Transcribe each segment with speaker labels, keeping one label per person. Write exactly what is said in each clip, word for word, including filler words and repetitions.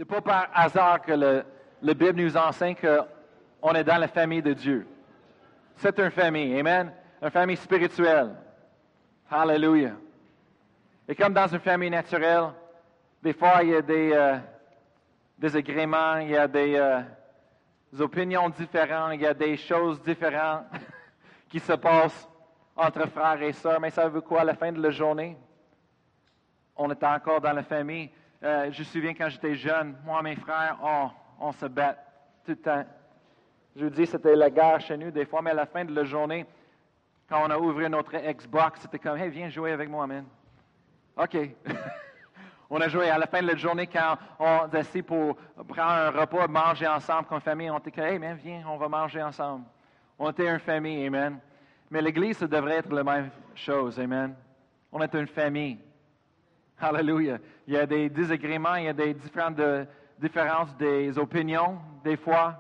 Speaker 1: C'est pas par hasard que le, la Bible nous enseigne qu'on est dans la famille de Dieu. C'est une famille, amen, une famille spirituelle. Hallelujah. Et comme dans une famille naturelle, des fois, il y a des euh, désagréments, il y a des, euh, des opinions différentes, il y a des choses différentes qui se passent entre frères et sœurs. Mais savez-vous quoi, à la fin de la journée, on est encore dans la famille. Euh, je me souviens quand j'étais jeune, moi et mes frères, on, on se bat tout le temps. Je vous dis, c'était la guerre chez nous des fois, mais à la fin de la journée, quand on a ouvert notre Xbox, c'était comme, hey, viens jouer avec moi, man. OK. On a joué à la fin de la journée quand on est assis pour prendre un repas, manger ensemble comme famille. On était comme, hey, man, viens, on va manger ensemble. On était une famille, amen. Mais l'Église, ça devrait être la même chose, amen. On est une famille. Hallelujah. Il y a des désagréments, il y a des différentes de, différences des opinions, des fois.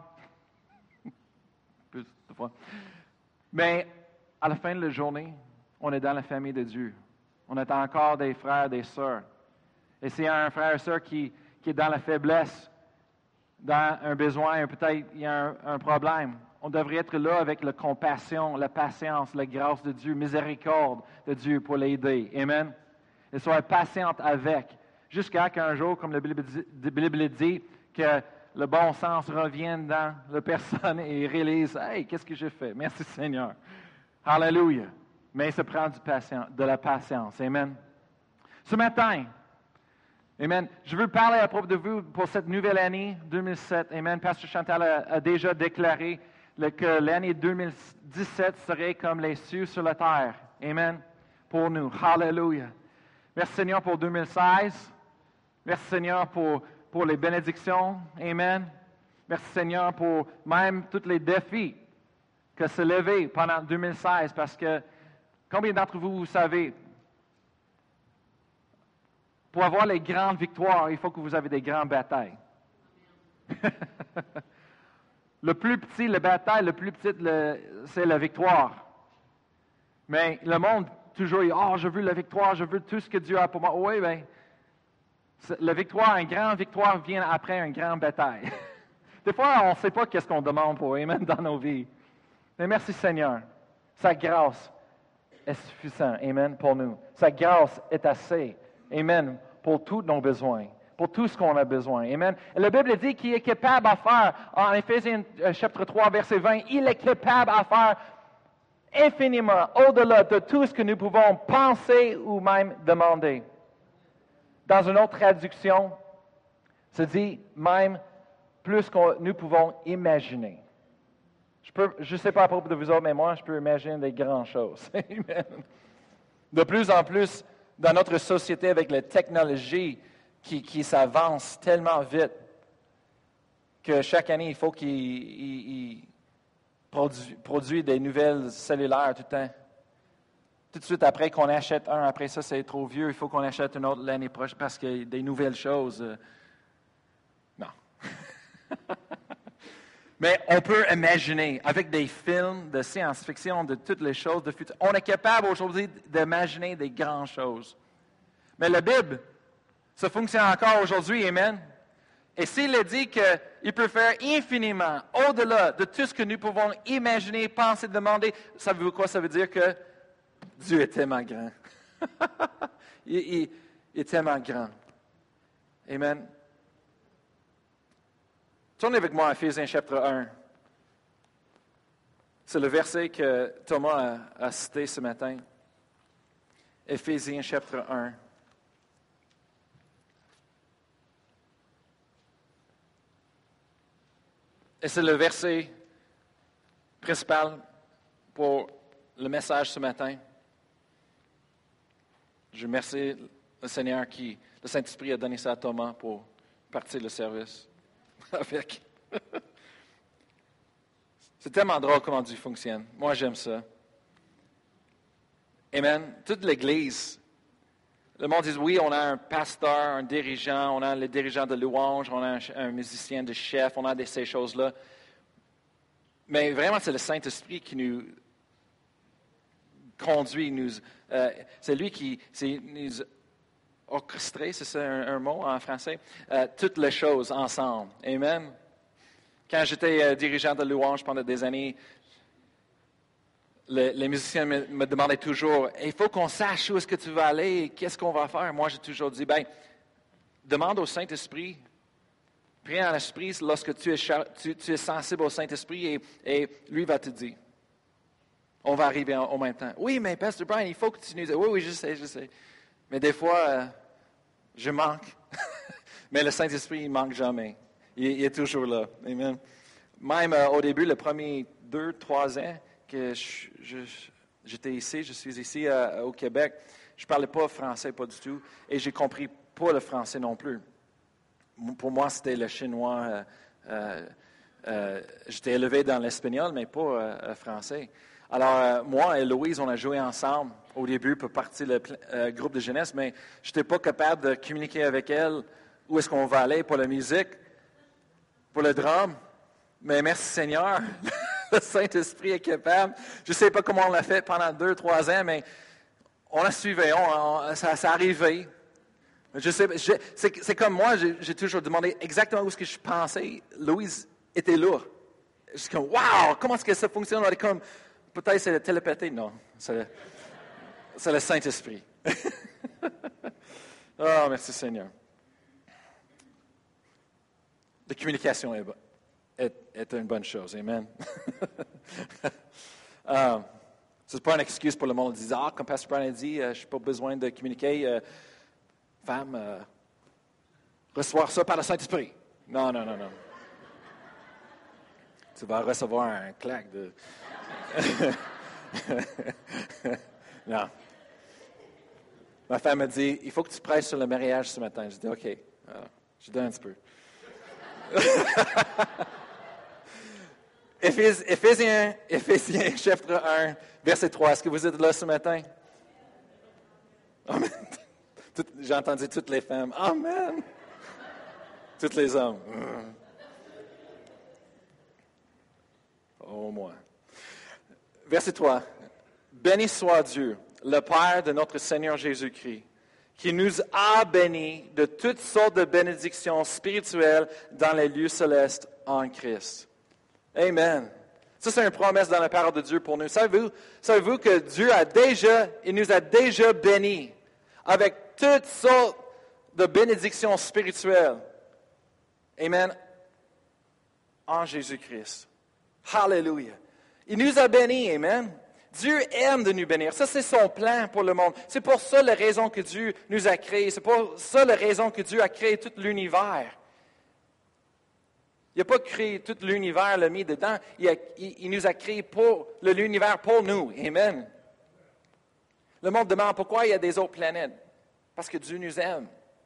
Speaker 1: Plus de fois. Mais à la fin de la journée, on est dans la famille de Dieu. On est encore des frères, des sœurs. Et s'il y a un frère et sœur qui, qui est dans la faiblesse, dans un besoin, peut-être il y a un, un problème, on devrait être là avec la compassion, la patience, la grâce de Dieu, miséricorde de Dieu pour l'aider. Amen. Et soyez patiente avec, jusqu'à qu'un jour, comme la Bible dit, la Bible dit, que le bon sens revienne dans la personne et réalise, hey, qu'est-ce que j'ai fait? Merci Seigneur. Hallelujah. Mais ça prend du patient, de la patience. Amen. Ce matin, amen, je veux parler à propos de vous pour cette nouvelle année deux mille sept. Amen. Pasteur Chantal a, a déjà déclaré le, que l'année deux mille dix-sept serait comme les cieux sur la terre. Amen. Pour nous. Hallelujah. Merci Seigneur pour deux mille seize. Merci Seigneur pour, pour les bénédictions. Amen. Merci Seigneur pour même tous les défis que se lever pendant deux mille seize. Parce que combien d'entre vous, vous savez, pour avoir les grandes victoires, il faut que vous avez des grandes batailles. Le plus petit, la bataille, le plus petit, le, c'est la victoire. Mais le monde, toujours, dit, oh, je veux la victoire, je veux tout ce que Dieu a pour moi. Oui, bien, la victoire, une grande victoire vient après une grande bataille. Des fois, on ne sait pas qu'est-ce qu'on demande pour eux, même dans nos vies. Mais merci Seigneur. Sa grâce est suffisante, amen, pour nous. Sa grâce est assez, amen, pour tous nos besoins, pour tout ce qu'on a besoin, amen. Et la Bible dit qu'il est capable à faire, en Éphésiens chapitre trois, verset vingt, il est capable à faire infiniment au-delà de tout ce que nous pouvons penser ou même demander. Dans une autre traduction, ça dit même plus que nous pouvons imaginer. Je ne sais pas à propos de vous autres, mais moi, je peux imaginer des grandes choses. De plus en plus, dans notre société, avec la technologie qui, qui s'avance tellement vite, que chaque année, il faut qu'il il, il produit, produit des nouvelles cellulaires tout le temps. Tout de suite après qu'on achète un, après ça, c'est trop vieux, il faut qu'on achète un autre l'année prochaine parce qu'il y a des nouvelles choses. Euh, non. Mais on peut imaginer, avec des films de science-fiction, de toutes les choses de futur, on est capable aujourd'hui d'imaginer des grandes choses. Mais la Bible, ça fonctionne encore aujourd'hui, amen. Et s'il a dit qu'il peut faire infiniment, au-delà de tout ce que nous pouvons imaginer, penser, demander, savez-vous quoi ça veut dire? Que Dieu est tellement grand. il, il, il est tellement grand. Amen. Tournez avec moi à Éphésiens chapitre un. C'est le verset que Thomas a, a cité ce matin. Éphésiens chapitre un. Et c'est le verset principal pour le message ce matin. Je remercie le Seigneur qui, le Saint-Esprit a donné ça à Thomas pour partir le service avec. C'est tellement drôle comment Dieu fonctionne. Moi, j'aime ça. Amen. Toute l'Église, le monde dit, oui, on a un pasteur, un dirigeant, on a le dirigeant de louange, on a un, un musicien de chef, on a de ces choses-là. Mais vraiment, c'est le Saint-Esprit qui nous conduit, nous, euh, c'est lui qui c'est, nous orchestrer, c'est ça un, un mot en français, euh, toutes les choses ensemble. Amen. Quand j'étais euh, dirigeant de louange pendant des années, le, les musiciens me, me demandaient toujours, il faut qu'on sache où est-ce que tu vas aller, qu'est-ce qu'on va faire. Moi, j'ai toujours dit, ben, demande au Saint-Esprit. Prie en l'Esprit lorsque tu es, tu, tu es sensible au Saint-Esprit et, et lui va te dire. On va arriver en, en même temps. Oui, mais Pasteur Brian, il faut que tu nous dises. Oui, oui, je sais, je sais. Mais des fois, euh, je manque. Mais le Saint-Esprit, il ne manque jamais. Il, il est toujours là. Amen. Même euh, au début, les premiers deux, trois ans que je, je, j'étais ici, je suis ici euh, au Québec, je ne parlais pas français, pas du tout. Et j'ai compris pas le français non plus. Pour moi, c'était le chinois. Euh, euh, euh, j'étais élevé dans l'espagnol, mais pas euh, français. Alors, euh, moi et Louise, on a joué ensemble au début pour partir le euh, groupe de jeunesse, mais je n'étais pas capable de communiquer avec elle où est-ce qu'on va aller pour la musique, pour le drum. Mais merci Seigneur, le Saint-Esprit est capable. Je ne sais pas comment on l'a fait pendant deux, trois ans, mais on a suivi, on, on, ça, ça arrivait. Je sais, je, c'est, c'est comme moi, j'ai, j'ai toujours demandé exactement où est-ce que je pensais. Louise était là. Je suis comme, wow, comment est-ce que ça fonctionne? On est comme, peut-être c'est la télépathie. Non, c'est le, c'est le Saint-Esprit. Oh, merci Seigneur. La communication est, est, est une bonne chose. Amen. um, ce n'est pas une excuse pour le monde qui dit, ah, comme Pasteur Brian a dit, euh, je n'ai pas besoin de communiquer. Euh, Femme, euh, recevoir ça par le Saint-Esprit. Non, non, non, non. Tu vas recevoir un claque de... Non. Ma femme m'a dit, il faut que tu prêches sur le mariage ce matin. Je dis, OK. Alors, je donne un petit peu. Éphésiens, Éphésiens, chapitre un, verset trois. Est-ce que vous êtes là ce matin? Amen. Tout, j'ai entendu toutes les femmes. Amen. Tous les hommes. Oh, moi. Verset trois. Béni soit Dieu, le Père de notre Seigneur Jésus-Christ, qui nous a bénis de toutes sortes de bénédictions spirituelles dans les lieux célestes en Christ. Amen. Ça, c'est une promesse dans la parole de Dieu pour nous. Savez-vous, savez-vous que Dieu a déjà, il nous a déjà bénis avec toutes sortes de bénédictions spirituelles. Amen. En Jésus-Christ. Hallelujah. Il nous a bénis. Amen. Dieu aime de nous bénir. Ça, c'est son plan pour le monde. C'est pour ça la raison que Dieu nous a créés. C'est pour ça la raison que Dieu a créé tout l'univers. Il n'a pas créé tout l'univers, l'a mis dedans. Il, a, il, il nous a créé pour le, l'univers pour nous. Amen. Le monde demande pourquoi il y a des autres planètes. Parce que Dieu nous aime.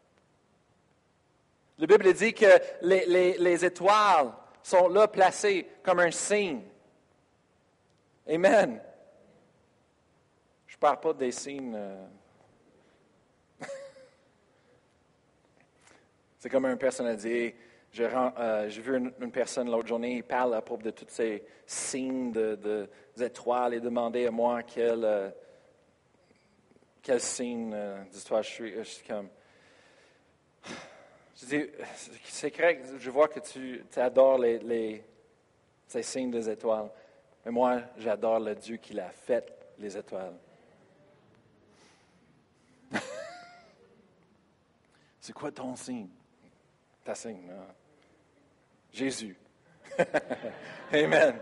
Speaker 1: La Bible dit que les, les, les étoiles sont là placées comme un signe. Amen. Je ne parle pas des signes. Euh... C'est comme une personne a dit, j'ai, euh, j'ai vu une, une personne l'autre journée, il parle à propos de tous ces signes de, de, des étoiles et demandait à moi quel... Euh, Quel signe euh, d'histoire je suis, je suis comme... Je dis, c'est correct, je vois que tu, tu adores les, les, ces signes des étoiles. Mais moi, j'adore le Dieu qui a fait les étoiles. C'est quoi ton signe? Ta signe, non? Jésus. Amen.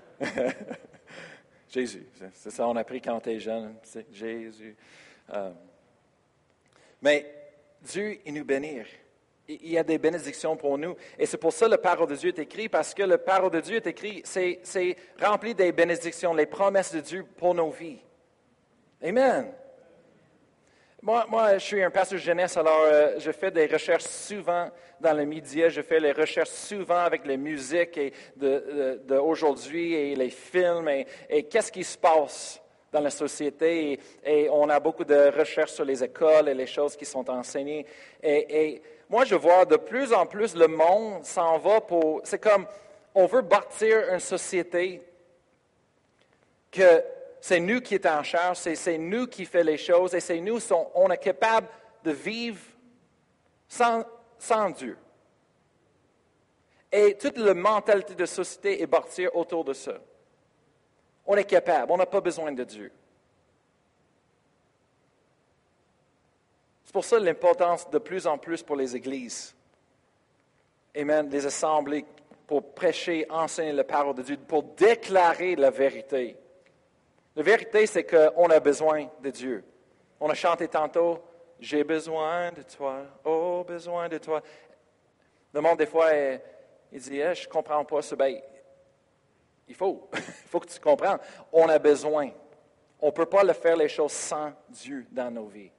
Speaker 1: Jésus. C'est ça, on a appris quand on était jeune. C'est Jésus. Euh, mais Dieu, il nous bénit. Il y a des bénédictions pour nous. Et c'est pour ça que la parole de Dieu est écrite, parce que la parole de Dieu est écrite, c'est, c'est rempli des bénédictions, les promesses de Dieu pour nos vies. Amen. Moi, moi je suis un pasteur jeunesse, alors euh, je fais des recherches souvent dans les médias, je fais les recherches souvent avec les musiques et de, de, de aujourd'hui et les films et, et qu'est-ce qui se passe dans la société. Et, et on a beaucoup de recherches sur les écoles et les choses qui sont enseignées. Et, et moi, je vois de plus en plus le monde s'en va pour... C'est comme, on veut bâtir une société que c'est nous qui est en charge, c'est, c'est nous qui fait les choses et c'est nous, sont, on est capable
Speaker 2: de vivre sans, sans Dieu. Et toute la mentalité de société est bâtie autour de ça. On est capable, on n'a pas besoin de Dieu. C'est pour ça l'importance de plus en plus pour les églises. Amen, des assemblées pour prêcher, enseigner la parole de Dieu, pour déclarer la vérité. La vérité, c'est qu'on a besoin de Dieu. On a chanté tantôt, « J'ai besoin de toi, oh, besoin de toi ». Le monde, des fois, il, il dit, eh, « Je ne comprends pas ça. » Ben, il faut, il faut que tu comprennes. On a besoin. On ne peut pas le faire les choses sans Dieu dans nos vies.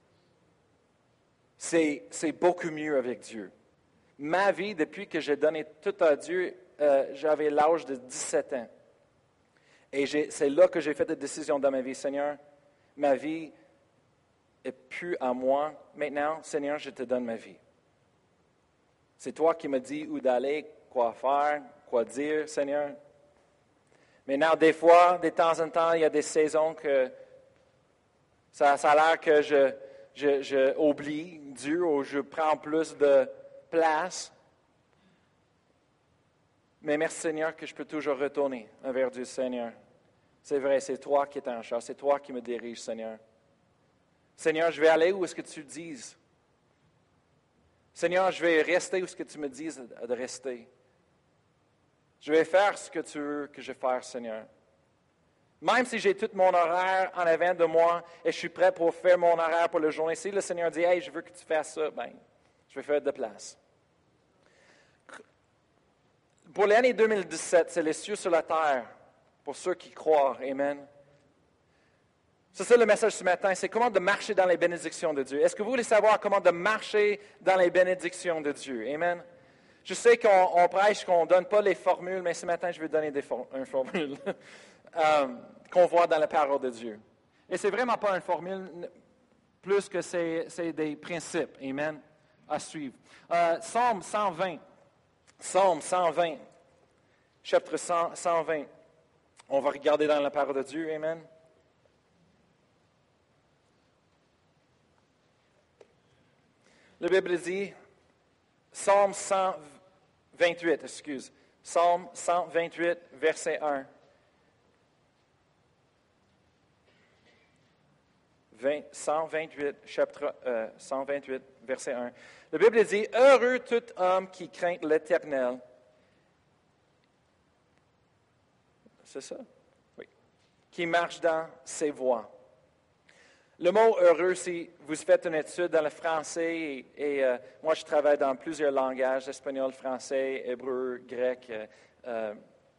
Speaker 2: C'est, c'est beaucoup mieux avec Dieu. Ma vie, depuis que j'ai donné tout à Dieu, euh, j'avais l'âge de dix-sept ans. Et j'ai, c'est là que j'ai fait des décisions dans ma vie. Seigneur, ma vie n'est plus à moi. Maintenant, Seigneur, je te donne ma vie. C'est toi qui me dis où d'aller, quoi faire, quoi dire, Seigneur. Maintenant, des fois, de temps en temps, il y a des saisons que ça, ça a l'air que je, je, je oublie Dieu ou je prends plus de place. Mais merci Seigneur que je peux toujours retourner vers Dieu Seigneur. C'est vrai, c'est toi qui es en charge, c'est toi qui me dirige Seigneur. Seigneur, je vais aller où est-ce que tu dises. Seigneur, je vais rester où est-ce que tu me dises de rester. Je vais faire ce que tu veux que je fasse, Seigneur. Même si j'ai tout mon horaire en avant de moi et je suis prêt pour faire mon horaire pour la journée, si le Seigneur dit « Hey, je veux que tu fasses ça », bien, je vais faire de place. Pour l'année deux mille dix-sept, c'est les cieux sur la terre, pour ceux qui croient. Amen. C'est ça le message ce matin, c'est comment de marcher dans les bénédictions de Dieu. Est-ce que vous voulez savoir comment de marcher dans les bénédictions de Dieu? Amen. Je sais qu'on on prêche, qu'on ne donne pas les formules, mais ce matin, je vais donner des for- une formule euh, qu'on voit dans la parole de Dieu. Et c'est vraiment pas une formule, plus que c'est, c'est des principes, amen, à suivre. Euh, Psaume cent vingt. Psaume cent vingt. Chapitre cent, cent vingt. On va regarder dans la parole de Dieu, amen. La Bible dit, Psaume cent vingt-huit, excuse. Psaume cent vingt-huit, verset un. cent vingt-huit, chapitre euh, cent vingt-huit, verset un. La Bible dit, « Heureux tout homme qui craint l'Éternel. » C'est ça? Oui. « Qui marche dans ses voies. » Le mot « heureux », si vous faites une étude dans le français, et, et euh, moi je travaille dans plusieurs langages, espagnol, français, hébreu, grec euh, euh,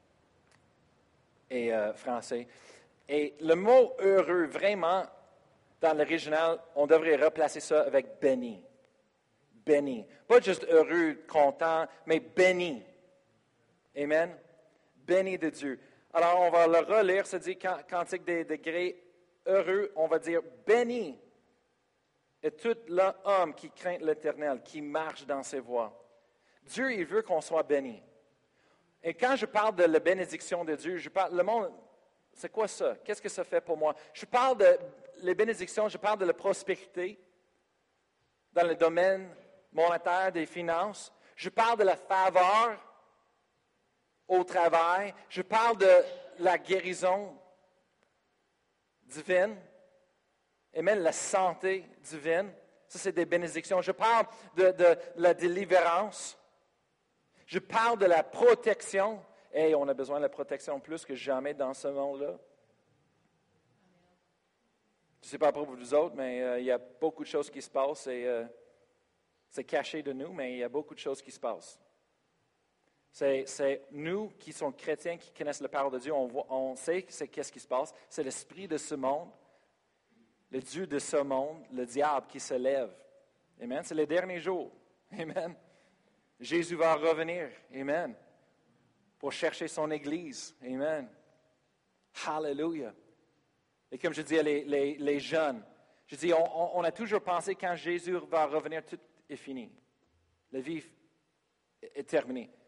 Speaker 2: et euh, français. Et le mot « heureux », vraiment, dans l'original, on devrait replacer ça avec « béni ». Béni. Pas juste heureux, content, mais béni. Amen. Béni de Dieu. Alors, on va le relire, ça dit Cantique des degrés, heureux, on va dire béni est tout l'homme qui craint l'Éternel, qui marche dans ses voies. Dieu, il veut qu'on soit béni. Et quand je parle de la bénédiction de Dieu, je parle, le monde, c'est quoi ça? Qu'est-ce que ça fait pour moi? Je parle de les bénédictions, je parle de la prospérité dans le domaine monétaire, des finances. Je parle de la faveur au travail. Je parle de la guérison divine et même la santé divine. Ça, c'est des bénédictions. Je parle de, de la délivrance. Je parle de la protection. Et on a besoin de la protection plus que jamais dans ce monde-là. Je ne sais pas pour vous autres, mais euh, il y a beaucoup de choses qui se passent et euh, c'est caché de nous, mais il y a beaucoup de choses qui se passent. C'est, c'est nous qui sommes chrétiens, qui connaissent la parole de Dieu, on, voit, on sait c'est qu'est-ce qui se passe. C'est l'esprit de ce monde, le Dieu de ce monde, le diable qui se lève. Amen. C'est les derniers jours. Amen. Jésus va revenir. Amen. Pour chercher son Église. Amen. Hallelujah. Et comme je dis à les, les, les jeunes, je dis, on, on a toujours pensé quand Jésus va revenir, tout est fini. La vie est terminée.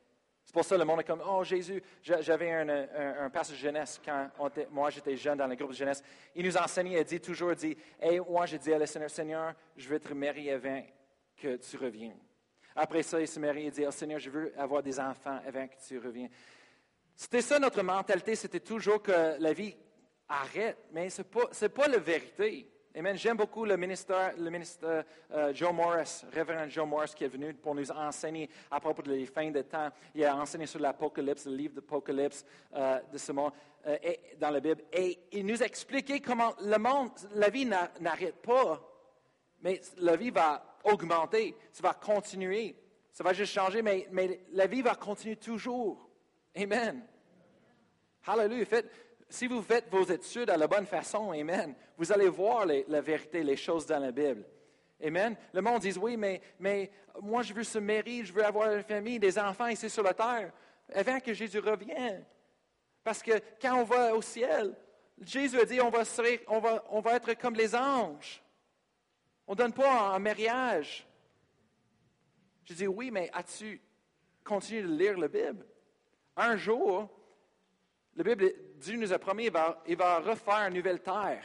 Speaker 2: C'est pour ça que le monde est comme, oh Jésus, j'avais un, un, un pasteur de jeunesse quand on était, moi j'étais jeune dans le groupe de jeunesse. Il nous enseignait, il dit toujours, il dit, hey, moi je dis à le Seigneur, Seigneur, je veux être marié avant que tu reviennes. Après ça, il se marie et dit, oh Seigneur, je veux avoir des enfants avant que tu reviennes. C'était ça notre mentalité, c'était toujours que la vie arrête, mais ce n'est pas, c'est pas la vérité. Amen. J'aime beaucoup le ministre, le ministre euh, Joe Morris, révérend Joe Morris, qui est venu pour nous enseigner à propos des fins des temps. Il a enseigné sur l'Apocalypse, le livre d'Apocalypse euh, de ce monde euh, et, dans la Bible. Et il nous a expliqué comment le monde, la vie n'arrête pas, mais la vie va augmenter, ça va continuer. Ça va juste changer, mais, mais la vie va continuer toujours. Amen. Hallelujah. Faites, Si vous faites vos études à la bonne façon, amen, vous allez voir les, la vérité, les choses dans la Bible. Amen. Le monde dit, oui, mais, mais moi, je veux se marier, je veux avoir une famille, des enfants ici sur la terre, avant que Jésus revienne. Parce que quand on va au ciel, Jésus a dit, on va, ser, on va, on va être comme les anges. On ne donne pas en mariage. Je dis, oui, mais as-tu continué de lire la Bible? Un jour, la Bible, Dieu nous a promis, il va, il va refaire une nouvelle terre.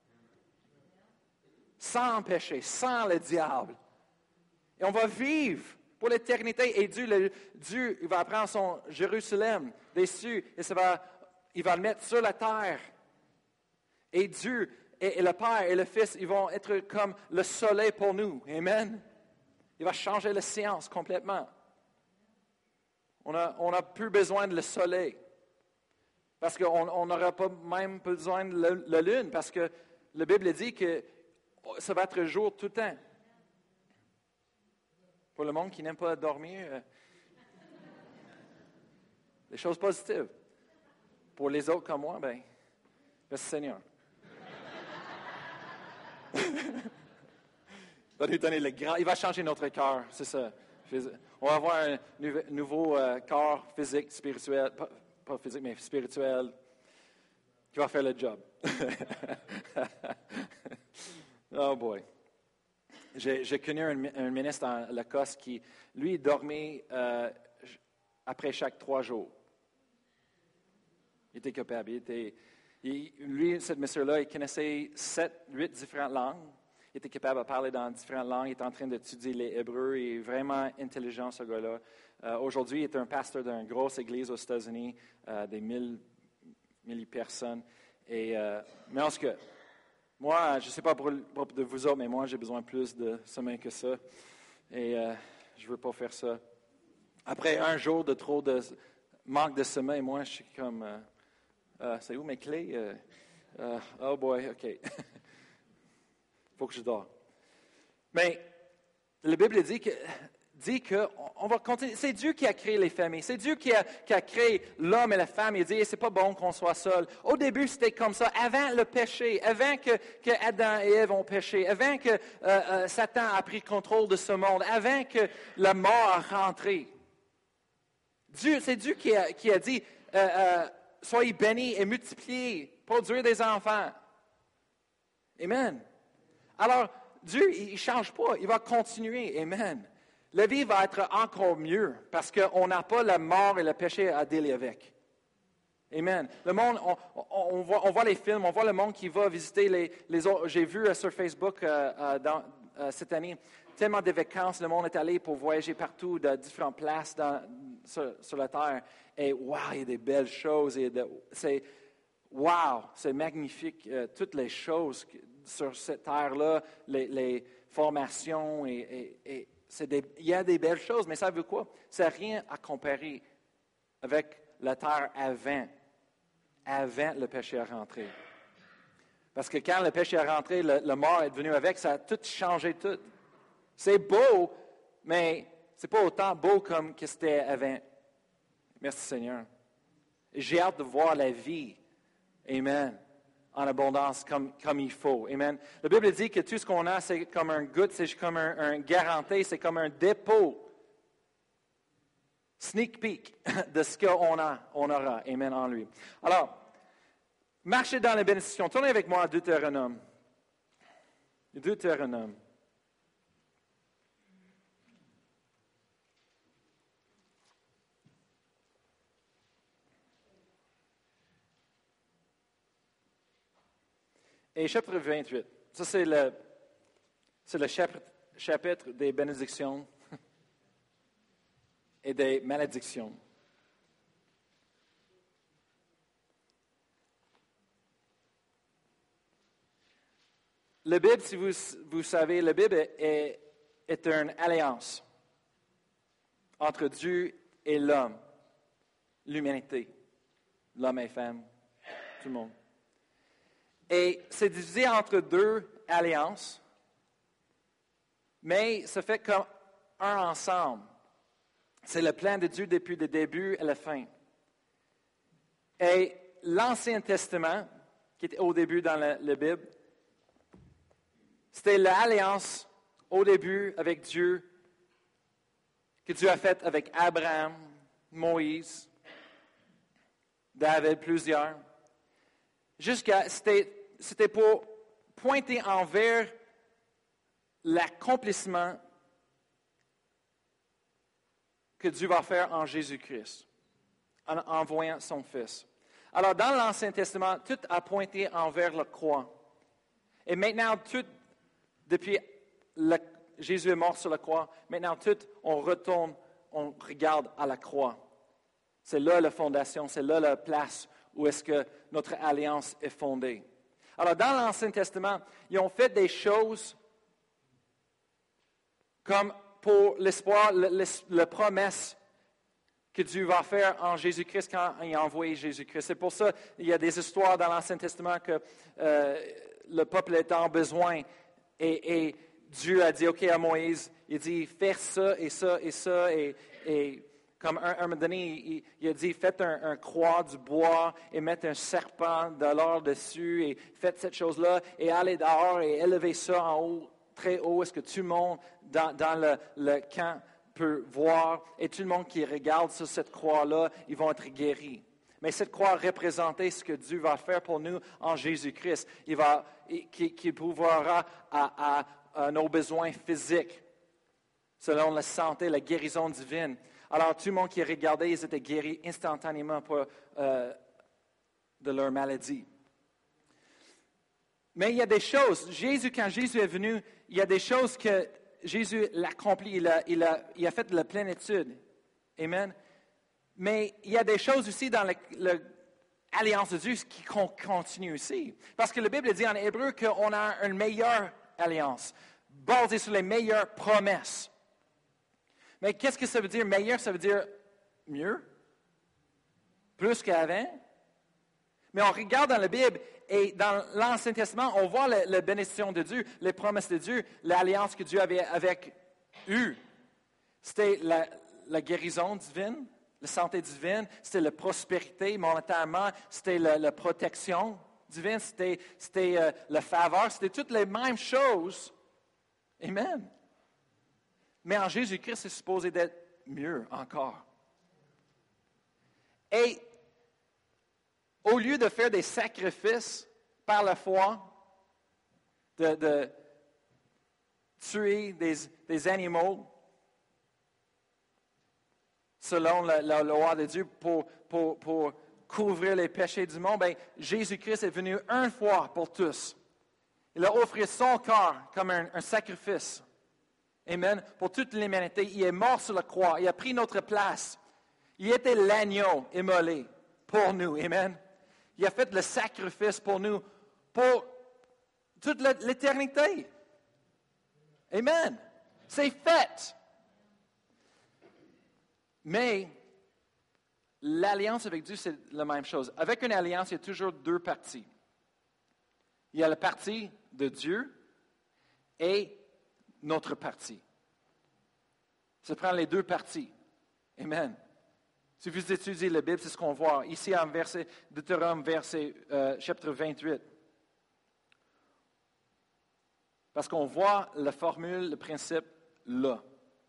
Speaker 2: Sans péché, sans le diable. Et on va vivre pour l'éternité. Et Dieu, le, Dieu il va prendre son Jérusalem des cieux et ça va, il va le mettre sur la terre. Et Dieu et, et le Père et le Fils, ils vont être comme le soleil pour nous. Amen. Il va changer la science complètement. On n'a on a plus besoin de le soleil. Parce qu'on n'aura pas même besoin de la, la lune, parce que la Bible dit que ça va être jour tout le temps. Pour le monde qui n'aime pas dormir, euh, des choses positives. Pour les autres comme moi, bien, merci Seigneur. Il va nous donner le grand, il va changer notre cœur, c'est ça. On va avoir un nouveau euh, corps physique, spirituel, pas, pas physique, mais spirituel, qui va faire le job. Oh boy. J'ai, j'ai connu un, un ministre en Lacoste qui, lui, dormait euh, après chaque trois jours. Il était capable. Il était, il, lui, cette monsieur-là, il connaissait sept, huit différentes langues. Il était capable de parler dans différentes langues. Il était en train d'étudier les Hébreux. Il est vraiment intelligent, ce gars-là. Euh, aujourd'hui, il est un pasteur d'une grosse église aux États-Unis, euh, des mille, mille personnes. Et, euh, mais en tout cas, moi, je ne sais pas pour, pour de vous autres, mais moi, j'ai besoin plus de sommeil que ça. Et euh, je ne veux pas faire ça. Après un jour de trop de manque de sommeil, moi, je suis comme, euh, euh, c'est où mes clés? Euh, euh, oh boy, OK. Il faut que je dors. Mais la Bible dit que, dit que on va continuer. C'est Dieu qui a créé les familles. C'est Dieu qui a, qui a créé l'homme et la femme. Il dit, hey, c'est pas bon qu'on soit seul. Au début, c'était comme ça. Avant le péché, avant que, que Adam et Ève ont péché, avant que euh, euh, Satan a pris le contrôle de ce monde, avant que la mort a rentré. Dieu, c'est Dieu qui a, qui a dit, euh, euh, soyez bénis et multipliez, produire des enfants. Amen. Alors, Dieu, il ne change pas. Il va continuer. Amen. La vie va être encore mieux parce qu'on n'a pas la mort et le péché à dealer avec. Amen. Le monde, on, on, on, voit, on voit les films, on voit le monde qui va visiter les, les autres. J'ai vu euh, sur Facebook euh, euh, dans, euh, cette année tellement de vacances. Le monde est allé pour voyager partout, de différentes places dans, sur, sur la terre. Et wow, il y a des belles choses. Et de, c'est wow, c'est magnifique. Euh, toutes les choses sur cette terre-là, les, les formations, et, et, et c'est des, il y a des belles choses, mais ça veut quoi? Ça n'a rien à comparer avec la terre avant, avant le péché à rentrer. Parce que quand le péché est rentré, le, le mort est venu avec, ça a tout changé, tout. C'est beau, mais ce n'est pas autant beau comme que c'était avant. Merci Seigneur. Et j'ai hâte de voir la vie. Amen. En abondance comme, comme il faut. Amen. La Bible dit que tout ce qu'on a, c'est comme un goutte, c'est comme un, un garanti, c'est comme un dépôt. Sneak peek de ce qu'on a, on aura. Amen en lui. Alors, marchez dans la bénédiction. Tournez avec moi à Deutéronome. Deutéronome. Et chapitre vingt-huit, ça c'est le, c'est le chapitre, chapitre des bénédictions et des malédictions. La Bible, si vous, vous savez, la Bible est, est une alliance entre Dieu et l'homme, l'humanité, l'homme et femme, tout le monde. Et c'est divisé entre deux alliances, mais ça fait comme un ensemble. C'est le plan de Dieu depuis le début à la fin. Et l'Ancien Testament, qui était au début dans la, la Bible, c'était l'alliance au début avec Dieu que Dieu a faite avec Abraham, Moïse, David, plusieurs. Jusqu'à, c'était, c'était pour pointer envers l'accomplissement que Dieu va faire en Jésus-Christ, en envoyant son Fils. Alors, dans l'Ancien Testament, tout a pointé envers la croix. Et maintenant, tout, depuis le, Jésus est mort sur la croix, maintenant, tout, on retourne, on regarde à la croix. C'est là la fondation, c'est là la place où est-ce que notre alliance est fondée. Alors, dans l'Ancien Testament, ils ont fait des choses comme pour l'espoir, la promesse que Dieu va faire en Jésus-Christ quand il a envoyé Jésus-Christ. C'est pour ça qu'il y a des histoires dans l'Ancien Testament que euh, le peuple est en besoin et, et Dieu a dit, OK, à Moïse, il dit, fais ça et ça et ça et... et Comme un, un moment donné, il, il a dit, faites un, un croix du bois et mettez un serpent de l'or dessus et faites cette chose-là et allez dehors et élevez ça en haut, très haut, est-ce que tout le monde dans, dans le, le camp peut voir et tout le monde qui regarde sur cette croix-là, ils vont être guéris. Mais cette croix représentait ce que Dieu va faire pour nous en Jésus-Christ. Il va, qui, qui pourvoira à, à, à nos besoins physiques, selon la santé, la guérison divine. Alors, tout le monde qui regardait, ils étaient guéris instantanément pour, euh, de leur maladie. Mais il y a des choses, Jésus, quand Jésus est venu, il y a des choses que Jésus l'accomplit, il a, il a, il a fait de la plénitude. Amen. Mais il y a des choses aussi dans l'alliance de Dieu qui continuent aussi. Parce que la Bible dit en hébreu qu'on a une meilleure alliance, basée sur les meilleures promesses. Mais qu'est-ce que ça veut dire meilleur? Ça veut dire mieux? Plus qu'avant? Mais on regarde dans la Bible et dans l'Ancien Testament, on voit la, la bénédiction de Dieu, les promesses de Dieu, l'alliance que Dieu avait avec eux. C'était la, la guérison divine, la santé divine, c'était la prospérité monétairement, c'était la, la protection divine, c'était, c'était euh, la faveur, c'était toutes les mêmes choses. Amen. Mais en Jésus-Christ, c'est supposé d'être mieux encore. Et au lieu de faire des sacrifices par la foi, de, de tuer des, des animaux selon la, la loi de Dieu pour, pour, pour couvrir les péchés du monde, bien, Jésus-Christ est venu une fois pour tous. Il a offert son corps comme un, un sacrifice. Amen. Pour toute l'humanité, il est mort sur la croix. Il a pris notre place. Il était l'agneau immolé pour nous. Amen. Il a fait le sacrifice pour nous, pour toute l'éternité. Amen. C'est fait. Mais l'alliance avec Dieu, c'est la même chose. Avec une alliance, il y a toujours deux parties. Il y a la partie de Dieu et notre partie. Ça prend les deux parties. Amen. Si vous étudiez la Bible, c'est ce qu'on voit ici en verset, Deutéronome, verset, euh, chapitre vingt-huit. Parce qu'on voit la formule, le principe là.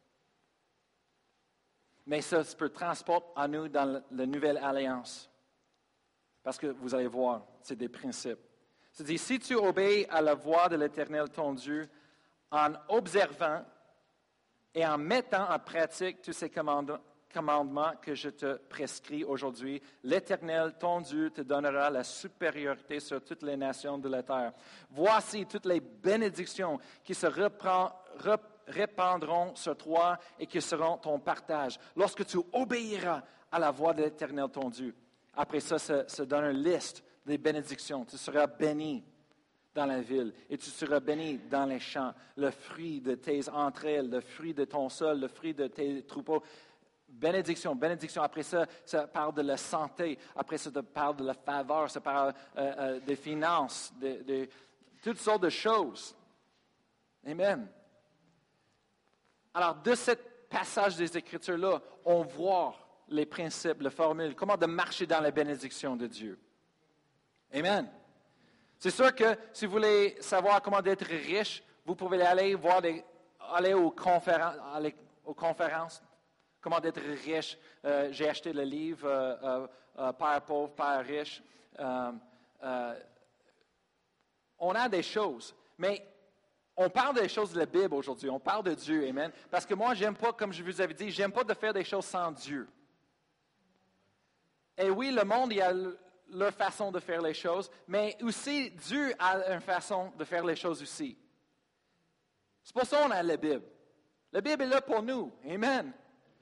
Speaker 2: Mais ça se peut transporter à nous dans la, la nouvelle alliance. Parce que vous allez voir, c'est des principes. C'est-à-dire, si tu obéis à la voix de l'Éternel, ton Dieu, en observant et en mettant en pratique tous ses commandements, commandement que je te prescris aujourd'hui. L'Éternel, ton Dieu, te donnera la supériorité sur toutes les nations de la terre. Voici toutes les bénédictions qui se reprend, rep, répandront sur toi et qui seront ton partage. Lorsque tu obéiras à la voix de l'Éternel, ton Dieu. Après ça, ça, ça donne une liste des bénédictions. Tu seras béni dans la ville, et tu seras béni dans les champs. Le fruit de tes entrailles, le fruit de ton sol, le fruit de tes troupeaux. Bénédiction, bénédiction. Après ça, ça parle de la santé. Après ça, ça parle de la faveur. Ça parle euh, euh, des finances, de, de toutes sortes de choses. Amen. Alors, de ce passage des Écritures-là, on voit les principes, les formules, comment de marcher dans la bénédiction de Dieu. Amen. C'est sûr que si vous voulez savoir comment être riche, vous pouvez aller voir des, aller aux conférences, aller aux conférences, comment être riche. Euh, j'ai acheté le livre euh, euh, euh, Père pauvre, Père riche. Euh, euh, on a des choses, mais on parle des choses de la Bible aujourd'hui. On parle de Dieu, amen. Parce que moi, j'aime pas, comme je vous avais dit, j'aime pas de faire des choses sans Dieu. Et oui, le monde, il y a leur façon de faire les choses, mais aussi Dieu a une façon de faire les choses aussi. C'est pour ça qu'on a la Bible. La Bible est là pour nous. Amen.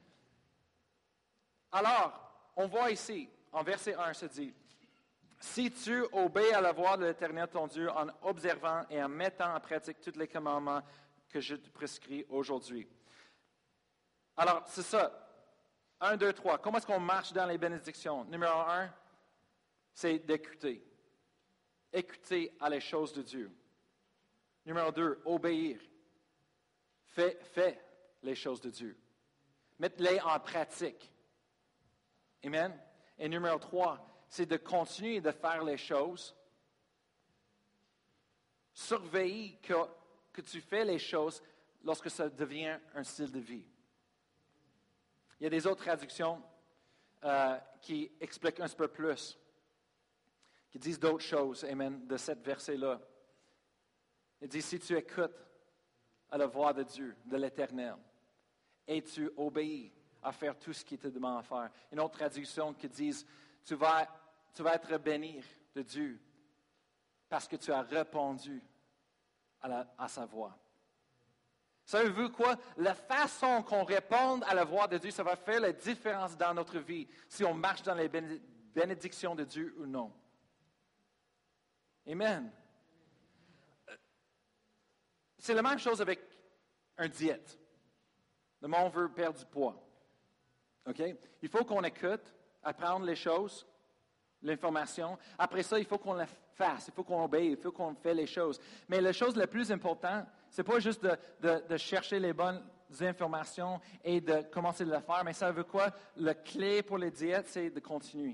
Speaker 2: Alors, on voit ici, en verset un, se dit, « Si tu obéis à la voix de l'Éternel ton Dieu en observant et en mettant en pratique tous les commandements que je te prescris aujourd'hui. » Alors, c'est ça. Un, deux, trois. Comment est-ce qu'on marche dans les bénédictions? Numéro un, c'est d'écouter. Écouter à les choses de Dieu. Numéro deux, obéir. Fais, fais les choses de Dieu. Mets-les en pratique. Amen. Et numéro trois, c'est de continuer de faire les choses. Surveiller que, que tu fais les choses lorsque ça devient un style de vie. Il y a des autres traductions euh, qui expliquent un peu plus, qui disent d'autres choses, amen, de cette verset-là. Il dit, si tu écoutes à la voix de Dieu, de l'Éternel, et tu obéis à faire tout ce qu'il te demande à faire. Une autre traduction qui dit, tu vas, tu vas être béni de Dieu parce que tu as répondu à, la, à sa voix. Savez-vous quoi? La façon qu'on répond à la voix de Dieu, ça va faire la différence dans notre vie, si on marche dans les bénédictions de Dieu ou non. Amen. C'est la même chose avec un diète. Le monde veut perdre du poids. OK? Il faut qu'on écoute, apprendre les choses, l'information. Après ça, il faut qu'on la fasse, il faut qu'on obéisse, il faut qu'on fasse les choses. Mais la chose la plus importante, ce n'est pas juste de, de, de chercher les bonnes informations et de commencer de le faire, mais ça veut quoi? La clé pour les diètes, c'est de continuer.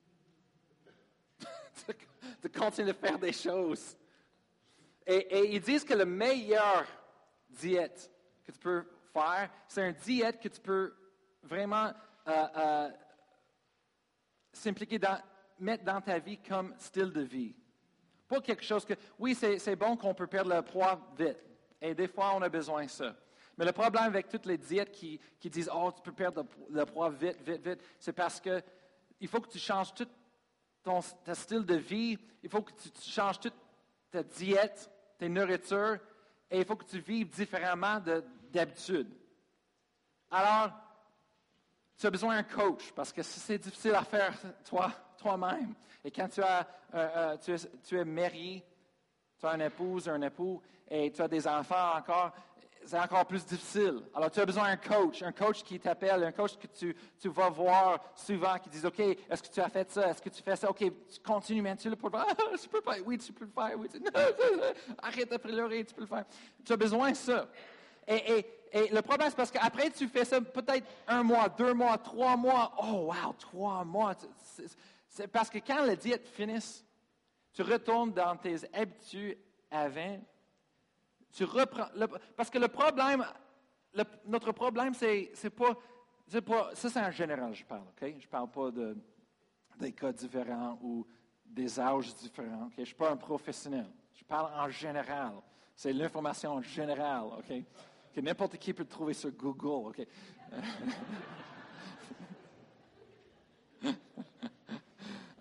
Speaker 2: de continuer de faire des choses. Et, et ils disent que la meilleure diète que tu peux faire, c'est une diète que tu peux vraiment euh, euh, s'impliquer dans, mettre dans ta vie comme style de vie. Pas quelque chose que, oui, c'est, c'est bon qu'on peut perdre le poids vite. Et des fois, on a besoin de ça. Mais le problème avec toutes les diètes qui, qui disent, oh, tu peux perdre le, le poids vite, vite, vite, c'est parce que il faut que tu changes tout ton, ton style de vie, il faut que tu, tu changes toute ta diète, tes nourritures, et il faut que tu vives différemment de, d'habitude. Alors, tu as besoin d'un coach, parce que si c'est difficile à faire toi, toi-même, et quand tu, as, euh, euh, tu, es, tu es marié, tu as une épouse, un époux, et tu as des enfants encore, c'est encore plus difficile. Alors, tu as besoin d'un coach, un coach qui t'appelle, un coach que tu, tu vas voir souvent, qui dit, OK, est-ce que tu as fait ça? Est-ce que tu fais ça? OK, tu continues, mais tu le peux faire. Ah, je peux pas. Oui, tu peux le faire. Oui, tu... non, arrête de pleurer, tu peux le faire. Tu as besoin de ça. Et, et, et le problème, c'est parce qu'après, tu fais ça peut-être un mois, deux mois, trois mois. Oh, wow, trois mois. C'est, c'est parce que quand la diète finisse, tu retournes dans tes habitudes avant. Tu reprends. Le, parce que le problème, le, notre problème, c'est, c'est, pas, c'est pas. Ça, c'est en général, je parle, OK? Je ne parle pas de, des cas différents ou des âges différents, OK? Je ne suis pas un professionnel. Je parle en général. C'est l'information en général, OK? Que n'importe qui peut le trouver sur Google, OK?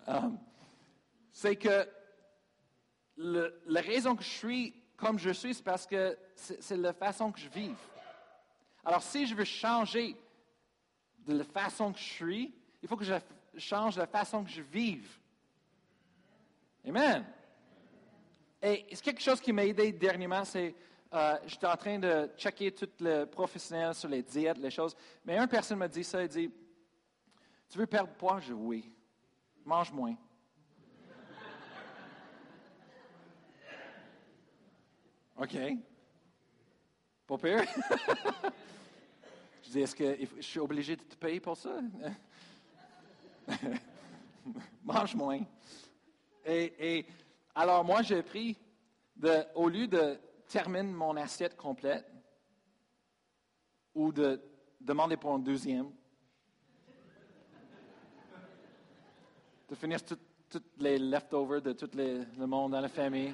Speaker 2: Um, c'est que le, la raison que je suis comme je suis, c'est parce que c'est, c'est la façon que je vis. Alors, si je veux changer de la façon que je suis, il faut que je change la façon que je vive. Amen. Et c'est quelque chose qui m'a aidé dernièrement, c'est euh, j'étais en train de checker tout le professionnel sur les diètes, les choses. Mais une personne m'a dit ça, il dit, tu veux perdre poids? Je dis oui. Mange moins. OK. Pas pire. Je dis, est-ce que je suis obligé de te payer pour ça? Mange moins. Et, et alors, moi, j'ai pris, de, au lieu de terminer mon assiette complète, ou de demander pour un deuxième, de finir tous les leftovers de tout les, le monde dans la famille.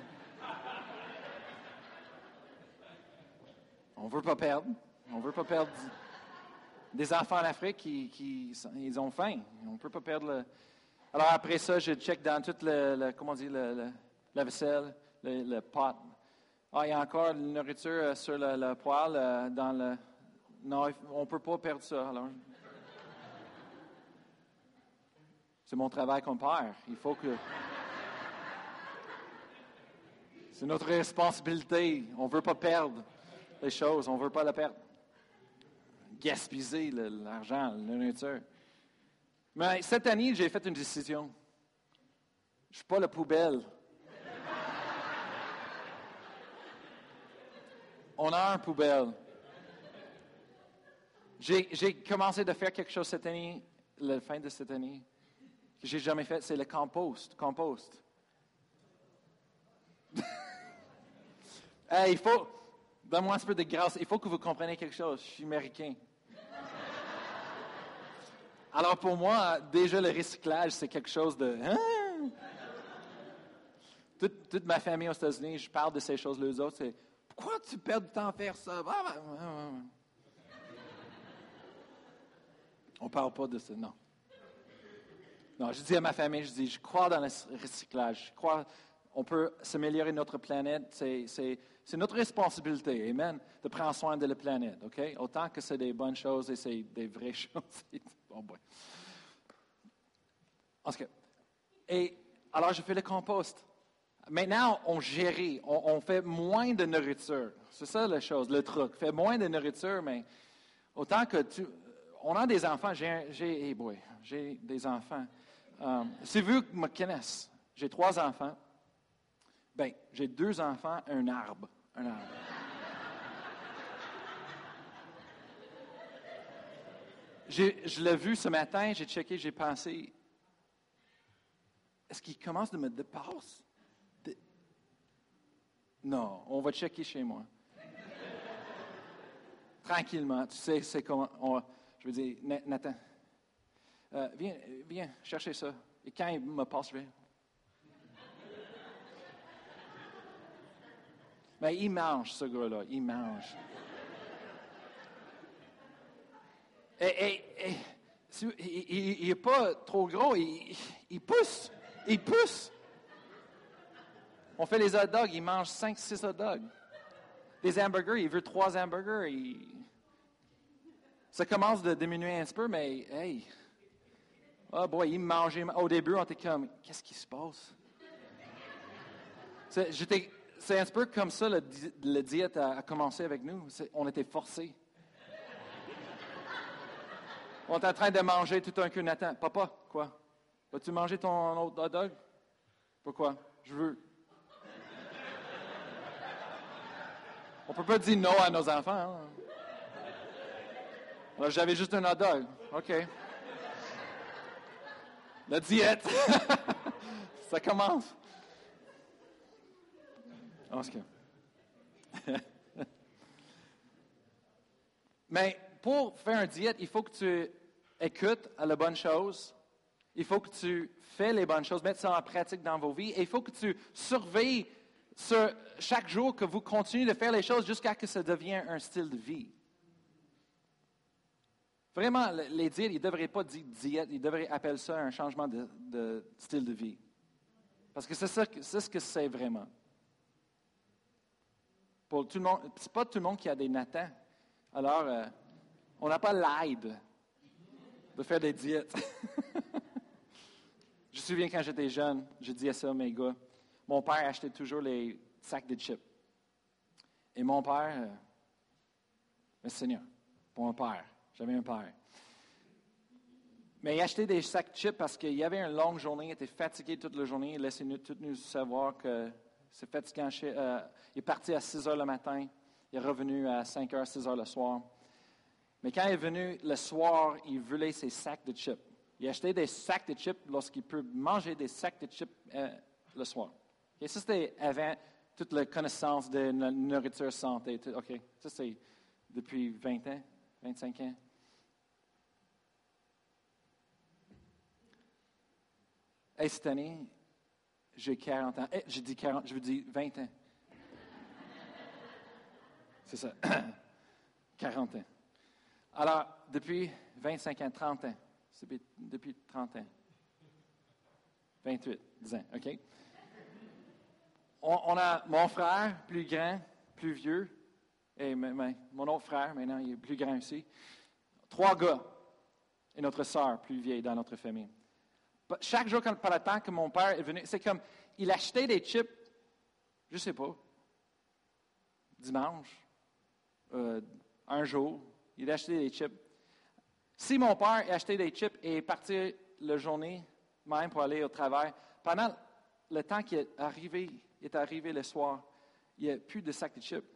Speaker 2: On ne veut pas perdre. On ne veut pas perdre des enfants en Afrique qui, qui ils ont faim. On ne peut pas perdre le... Alors après ça, je check dans toute le, le comment on dit, le, le, la vaisselle, le, le pot. Ah, il y a encore de la nourriture euh, sur le, le poêle, euh, dans le... Non, on ne peut pas perdre ça. Alors, c'est mon travail comme père. Il faut que... C'est notre responsabilité. On ne veut pas perdre les choses. On ne veut pas la perdre. Gaspiller le, l'argent, la nourriture. Mais cette année, j'ai fait une décision. Je ne suis pas la poubelle. On a un poubelle. J'ai, j'ai commencé de faire quelque chose cette année, la fin de cette année, que j'ai jamais fait, c'est le compost. Compost. Hey, il faut, donne-moi un peu de grâce, il faut que vous compreniez quelque chose. Je suis américain. Alors pour moi, déjà le recyclage, c'est quelque chose de... Hein? Toute, toute ma famille aux États-Unis, je parle de ces choses-là, eux autres, c'est... Pourquoi tu perds du temps à faire ça? On ne parle pas de ça, non. Non, je dis à ma famille, je dis, je crois dans le recyclage. Je crois on peut s'améliorer notre planète. C'est, c'est, c'est notre responsabilité, amen, de prendre soin de la planète, OK? Autant que c'est des bonnes choses et c'est des vraies choses. Bon, bon. En tout cas, et alors je fais le compost. Maintenant, on gère, on, on fait moins de nourriture. C'est ça la chose, le truc. Fait moins de nourriture, mais autant que tu... On a des enfants, j'ai, j'ai, hey boy, j'ai des enfants. Um, si vous me connaissez, j'ai trois enfants. Bien, j'ai deux enfants, un arbre. Un arbre. j'ai, je l'ai vu ce matin, j'ai checké, j'ai pensé, est-ce qu'il commence de me dépasser? De... Non, on va checker chez moi. Tranquillement, tu sais, c'est comment... On, je veux dire, Nathan, euh, viens, viens chercher ça. Et quand il me passe, je vais... Mais il mange, ce gars-là, il mange. Et, et, et il n'est pas trop gros, il, il pousse, il pousse. On fait les hot dogs, il mange cinq, six hot dogs. Les hamburgers, il veut trois hamburgers. Il... Ça commence de diminuer un petit peu, mais hey, oh boy, il mangeait. Au début, on était comme, qu'est-ce qui se passe? C'est, j'étais, c'est un petit peu comme ça, le, le diète a, a commencé avec nous. C'est, on était forcés. On est en train de manger tout un coup. Nathan, papa, quoi? Vas-tu manger ton autre hot dog? Pourquoi? Je veux. On ne peut pas dire non à nos enfants. Hein? Alors, j'avais juste un hot dog. OK. La diète. Ça commence. En tout cas. Mais pour faire une diète, il faut que tu écoutes à la bonne chose. Il faut que tu fais les bonnes choses, mettre ça en pratique dans vos vies. Et il faut que tu surveilles sur chaque jour que vous continuez de faire les choses jusqu'à ce que ça devienne un style de vie.
Speaker 1: Vraiment, les diètes, ils ne devraient pas dire diète, ils devraient appeler ça un changement de, de style de vie. Parce que c'est ça, c'est ce que c'est vraiment. Pour tout le monde, c'est pas tout le monde qui a des natans. Alors, euh, on n'a pas l'aide de faire des diètes. Je me souviens quand j'étais jeune, je disais ça à mes gars. Mon père achetait toujours les sacs de chips. Et mon père, euh, merci Seigneur, pour un père. J'avais un père. Mais il achetait des sacs de chips parce qu'il y avait une longue journée, il était fatigué toute la journée, il laissait nous, tous nous savoir que c'est fatigant. Chez, euh, il est parti à six heures le matin, il est revenu à cinq heures, six heures le soir. Mais quand il est venu le soir, il voulait ses sacs de chips. Il achetait des sacs de chips lorsqu'il peut manger des sacs de chips euh, le soir. Et ça, c'était avant toute la connaissance de la nourriture santé. OK, ça, c'est depuis vingt ans, vingt-cinq ans. Hey, cette année, j'ai quarante ans. Hey, j'ai dit quarante, je veux dire vingt ans. C'est ça. quarante ans. Alors, depuis vingt-cinq ans, trente ans. C'est depuis trente ans. vingt-huit, dix ans, OK? On, on a mon frère, plus grand, plus vieux, et mon autre frère, maintenant, il est plus grand aussi. Trois gars, et notre sœur, plus vieille dans notre famille. Chaque jour, quand, par le temps que mon père est venu, c'est comme, il achetait des chips, je ne sais pas, dimanche, euh, un jour, il achetait des chips. Si mon père achetait des chips et est parti la journée même pour aller au travail, pendant le temps qu'il est arrivé, il est arrivé le soir, il n'y a plus de sacs de chips.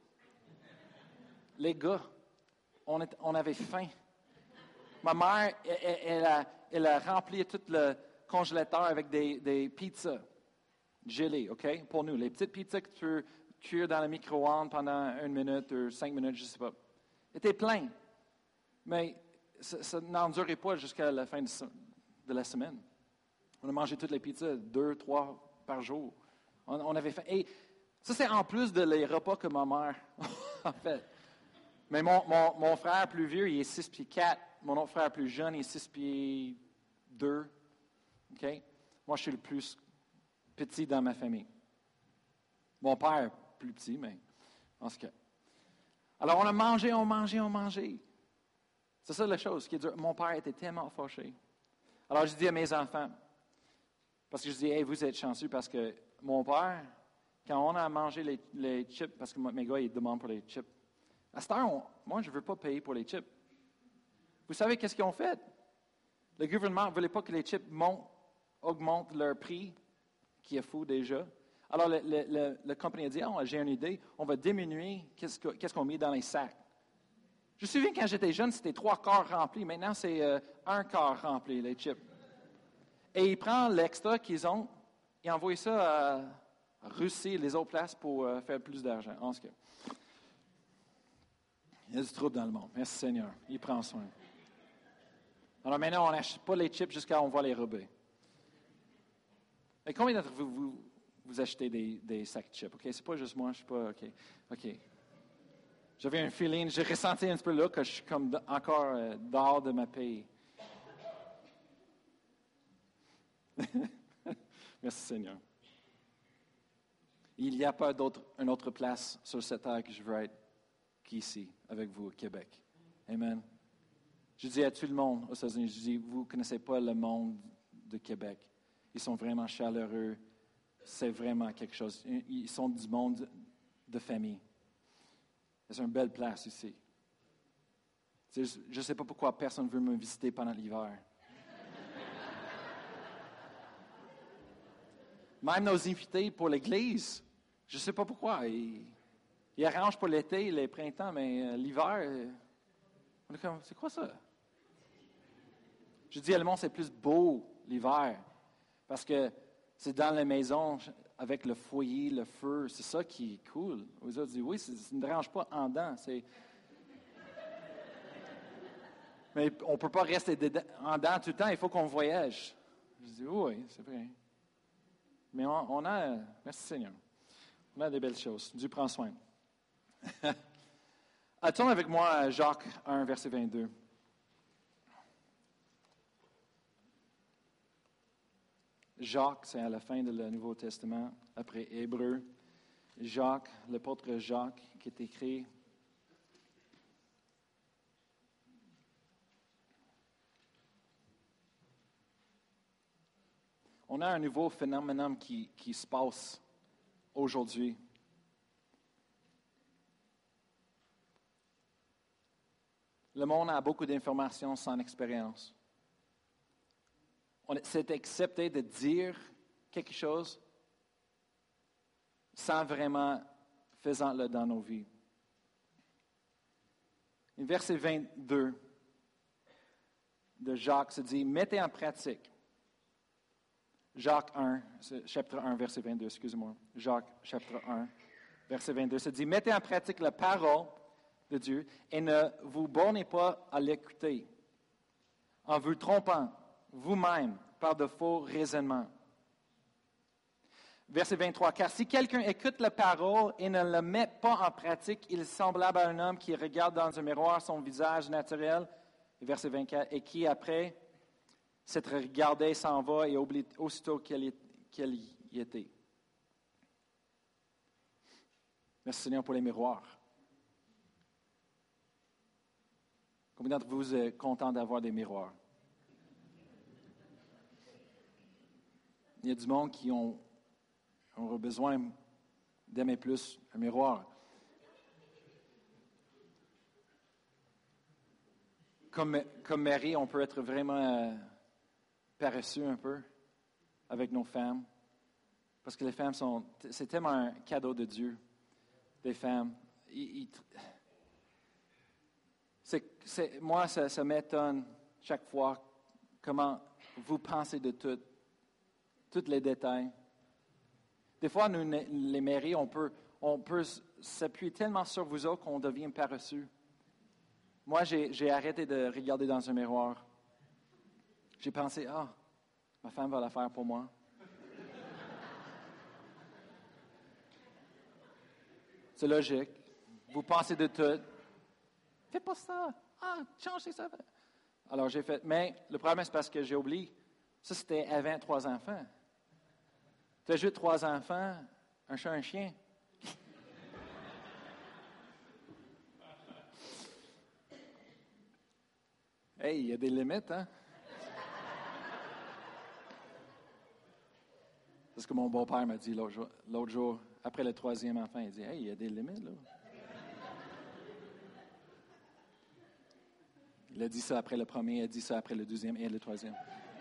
Speaker 1: Les gars, on, est, on avait faim. Ma mère, elle, elle, elle, a, elle a rempli tout le congélateur avec des, des pizzas gelées, OK? Pour nous, les petites pizzas que tu peux cuire dans le micro-ondes pendant une minute ou cinq minutes, je ne sais pas. Était plein. Mais ça, ça n'endurait pas jusqu'à la fin de, de la semaine. On a mangé toutes les pizzas, deux, trois par jour. On, on avait faim. Et ça, c'est en plus de les repas que ma mère a fait. Mais mon, mon, mon frère plus vieux, il est six pieds quatre. Mon autre frère plus jeune, il est six pieds deux. OK? Moi, je suis le plus petit dans ma famille. Mon père, plus petit, mais en ce cas. Alors, on a mangé, on mangeait, on mangeait. C'est ça la chose qui est dure. Mon père était tellement fâché. Alors, je dis à mes enfants, parce que je dis, hey, vous êtes chanceux parce que mon père, quand on a mangé les, les chips, parce que mes gars, ils demandent pour les chips, à cette heure, on, moi, je ne veux pas payer pour les chips. Vous savez qu'est-ce qu'ils ont fait? Le gouvernement ne voulait pas que les chips montent, augmentent leur prix, qui est fou déjà. Alors, le, le, le, la compagnie a dit, oh, j'ai une idée, on va diminuer qu'est-ce, que, qu'est-ce qu'on met dans les sacs. Je me souviens quand j'étais jeune, c'était trois quarts remplis. Maintenant, c'est euh, un quart rempli, les chips. Et ils prennent l'extra qu'ils ont, ils envoient ça à Russie, les autres places, pour euh, faire plus d'argent. En ce cas, il y a du trouble dans le monde. Merci Seigneur. Il prend soin. Alors maintenant, on n'achète pas les chips jusqu'à on va les rober. Et combien d'entre vous, vous, vous achetez des, des sacs de chips? OK? C'est pas juste moi, je suis pas... OK. OK. J'avais un feeling, j'ai ressenti un petit peu là que je suis comme de, encore euh, dehors de ma paye. Merci Seigneur. Il n'y a pas d'autre, une autre place sur cette terre que je veux être qu'ici, avec vous, au Québec. Amen. Je dis à tout le monde aux États-Unis, je dis, vous ne connaissez pas le monde de Québec. Ils sont vraiment chaleureux. C'est vraiment quelque chose. Ils sont du monde de famille. C'est une belle place ici. Je ne sais pas pourquoi personne ne veut me visiter pendant l'hiver. Même nos invités pour l'Église, je ne sais pas pourquoi. Ils, ils arrangent pour l'été, le printemps, mais euh, l'hiver, euh, on est comme, c'est quoi ça? Je dis à le monde, c'est plus beau l'hiver, parce que c'est dans la maison, avec le foyer, le feu, c'est ça qui est cool. Vous autres dites, oui, ça ne me dérange pas en dedans. C'est... Mais on ne peut pas rester dedans, en dedans tout le temps, il faut qu'on voyage. Je dis, oui, c'est vrai. Mais on, on a, merci Seigneur, on a des belles choses. Dieu prend soin. Tourne avec moi à Jacques un, verset vingt-deux. Jacques, c'est à la fin du Nouveau Testament, après Hébreu. Jacques, l'apôtre Jacques, qui est écrit. On a un nouveau phénomène qui, qui se passe aujourd'hui. Le monde a beaucoup d'informations sans expérience. On s'est accepté de dire quelque chose sans vraiment faisant-le dans nos vies. Le verset vingt-deux de Jacques se dit, mettez en pratique. Jacques un, chapitre un, verset vingt-deux, excusez-moi. Jacques, chapitre un, verset vingt-deux, se dit, mettez en pratique la parole de Dieu et ne vous bornez pas à l'écouter en vous trompant vous-même par de faux raisonnements. Verset vingt-trois, car si quelqu'un écoute la parole et ne la met pas en pratique, il est semblable à un homme qui regarde dans un miroir son visage naturel, verset vingt-quatre, et qui après s'être regardé s'en va et oublie aussitôt qu'elle y était. Merci Seigneur pour les miroirs. Combien d'entre vous êtes contents d'avoir des miroirs? Il y a du monde qui ont, ont besoin d'aimer plus un miroir. Comme, comme mari, on peut être vraiment euh, paresseux un peu avec nos femmes. Parce que les femmes sont... C'est tellement un cadeau de Dieu, des femmes. Ils, ils, c'est, c'est, moi, ça, ça m'étonne chaque fois comment vous pensez de tout, tous les détails. Des fois, nous, les maris, on peut, on peut s'appuyer tellement sur vous autres qu'on devient paresseux. Moi, j'ai, j'ai arrêté de regarder dans un miroir. J'ai pensé, ah, ma femme va la faire pour moi. C'est logique. Vous pensez de tout. Fais pas ça. Ah, changez ça. Alors, j'ai fait. Mais le problème, c'est parce que j'ai oublié. Ça, c'était avant trois enfants. Tu as juste trois enfants, un chat, un chien. Hey, il y a des limites, hein? C'est ce que mon beau-père m'a dit l'autre jour, l'autre jour, après le troisième enfant. Il dit, hey, il y a des limites, là. Il a dit ça après le premier, il a dit ça après le deuxième et le troisième.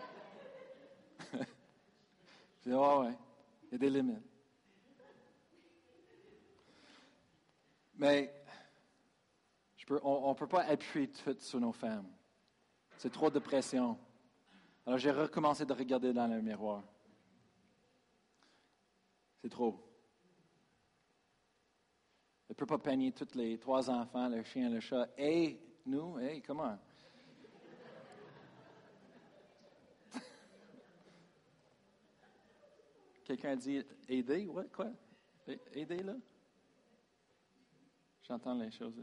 Speaker 1: J'ai dit, oh, ouais, il y a des limites. Mais je peux, on ne peut pas appuyer tout sur nos femmes. C'est trop de pression. Alors, j'ai recommencé de regarder dans le miroir. C'est trop. Elle ne peut pas peigner tous les trois enfants, le chien, le chat, et nous, hey, comment? Quelqu'un a dit aider, ouais, quoi? Aider, là? J'entends les choses.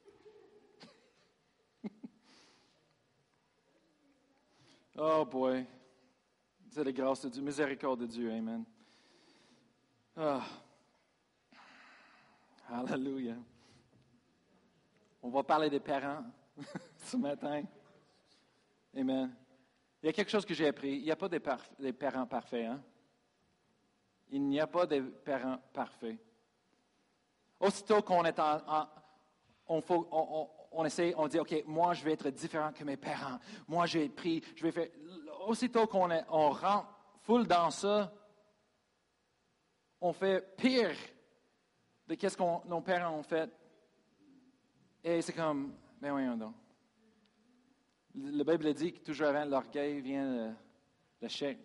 Speaker 1: Oh boy. C'est la grâce de Dieu, miséricorde de Dieu, amen. Ah. Alléluia. On va parler des parents ce matin. Amen. Il y a quelque chose que j'ai appris. Il n'y a pas des, parf- des parents parfaits. Hein? Il n'y a pas de parents parfaits. Aussitôt qu'on est en... en on, faut, on, on, on essaie, on dit, OK, moi, je vais être différent que mes parents. Moi, j'ai pris, je vais faire... Aussitôt qu'on est, on rentre full dans ça, on fait pire de ce que nos parents ont fait. Et c'est comme, ben voyons donc. La Bible dit que toujours avant l'orgueil vient l'échec.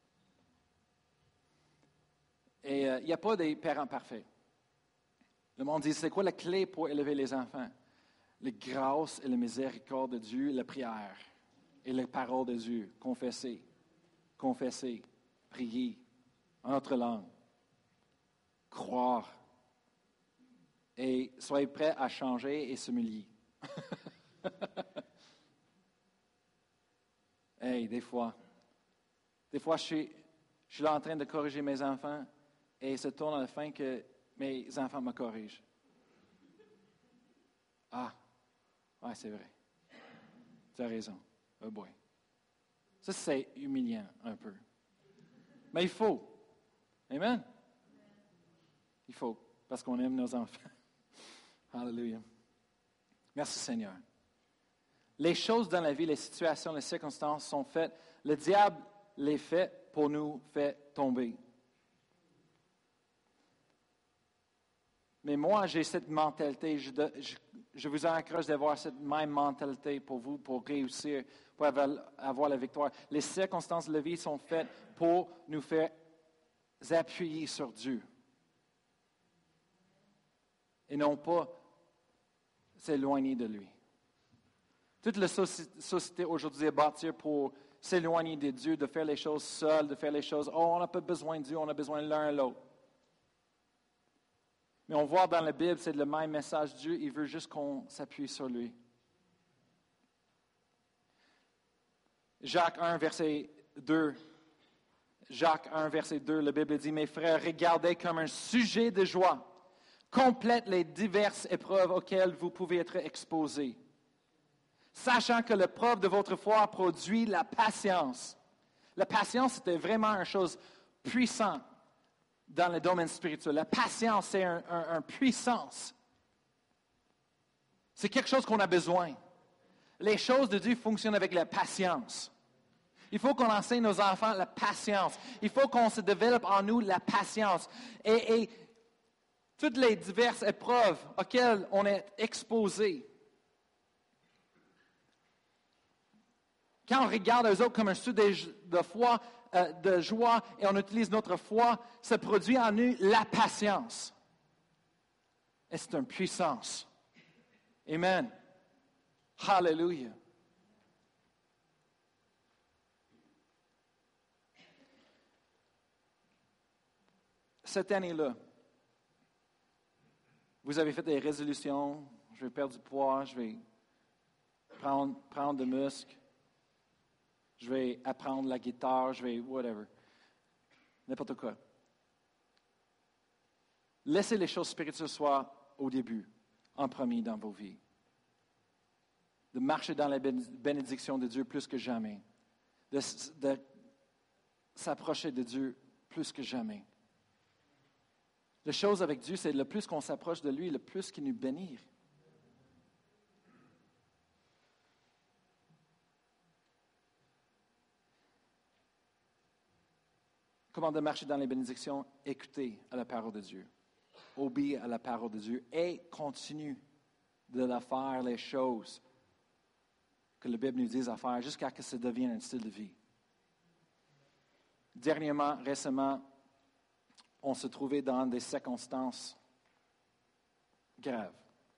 Speaker 1: Et il euh, n'y a pas de parents parfaits. Le monde dit, c'est quoi la clé pour élever les enfants? La grâce et la miséricorde de Dieu, la prière et la parole de Dieu. Confesser, confesser, prier en notre langue, croire et soyez prêts à changer et s'humilier. Hey, des fois, des fois, je suis,
Speaker 2: Je suis là en train de corriger mes enfants et il se tourne à la fin que mes enfants me corrigent. Ah, ouais, c'est vrai. Tu as raison. Oh boy. Ça, c'est humiliant un peu. Mais il faut. Amen? Il faut, parce qu'on aime nos enfants. Alléluia. Merci Seigneur. Les choses dans la vie, les situations, les circonstances sont faites. Le diable les fait pour nous faire tomber. Mais moi, j'ai cette mentalité. Je, je, je vous encourage d'avoir cette même mentalité pour vous, pour réussir, pour avoir, avoir la victoire. Les circonstances de la vie sont faites pour nous faire appuyer sur Dieu. Et non pas s'éloigner de lui. Toute la société aujourd'hui est bâtie pour s'éloigner de Dieu, de faire les choses seuls, de faire les choses, oh, on n'a pas besoin de Dieu, on a besoin de l'un et l'autre. Mais on voit dans la Bible, c'est le même message. Dieu, il veut juste qu'on s'appuie sur lui. Jacques un, verset deux. Jacques un, verset deux, la Bible dit, « Mes frères, regardez comme un sujet de joie. Complète les diverses épreuves auxquelles vous pouvez être exposés. Sachant que l'épreuve de votre foi produit la patience. » La patience, c'était vraiment une chose puissante dans le domaine spirituel. La patience, c'est une un, un puissance. C'est quelque chose qu'on a besoin. Les choses de Dieu fonctionnent avec la patience. Il faut qu'on enseigne nos enfants la patience. Il faut qu'on se développe en nous la patience. Et, et toutes les diverses épreuves auxquelles on est exposé, quand on regarde eux autres comme un sujet de foi, euh, de joie, et on utilise notre foi, ça produit en nous la patience. Et c'est une puissance. Amen. Hallelujah. Cette année-là, vous avez fait des résolutions, je vais perdre du poids, je vais prendre, prendre des muscles, je vais apprendre la guitare, je vais whatever, n'importe quoi. Laissez les choses spirituelles soient au début, en premier dans vos vies. De marcher dans la bénédiction de Dieu plus que jamais. De, de s'approcher de Dieu plus que jamais. La chose avec Dieu, c'est le plus qu'on s'approche de lui, le plus qu'il nous bénit. Comment de marcher dans les bénédictions? Écoutez à la parole de Dieu. Obéis à la parole de Dieu et continue de la faire les choses que la Bible nous dit à faire jusqu'à ce que ça devienne un style de vie. Dernièrement, récemment, on se trouvait dans des circonstances graves.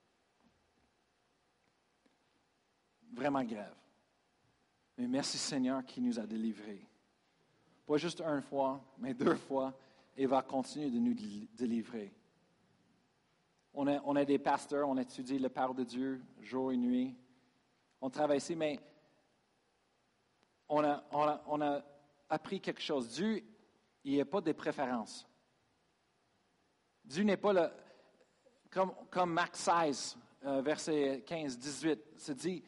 Speaker 2: Vraiment graves. Mais merci Seigneur qui nous a délivrés. Pas juste une fois, mais deux fois, et va continuer de nous délivrer. On a, on a des pasteurs, on étudie la parole de Dieu jour et nuit. On travaille ici, mais on a, on a, on a appris quelque chose. Dieu, il n'y a pas de préférences. Dieu n'est pas le... Comme, comme Marc seize, euh, verset quinze dix-huit, se dit,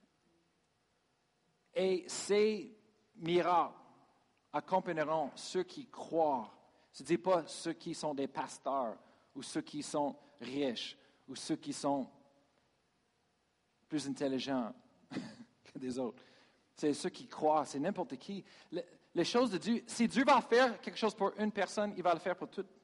Speaker 2: « Et ces miracles accompagneront ceux qui croient. » Ce ne dit pas ceux qui sont des pasteurs, ou ceux qui sont riches, ou ceux qui sont plus intelligents que des autres. C'est ceux qui croient, c'est n'importe qui. Le, les choses de Dieu, si Dieu va faire quelque chose pour une personne, il va le faire pour toutes.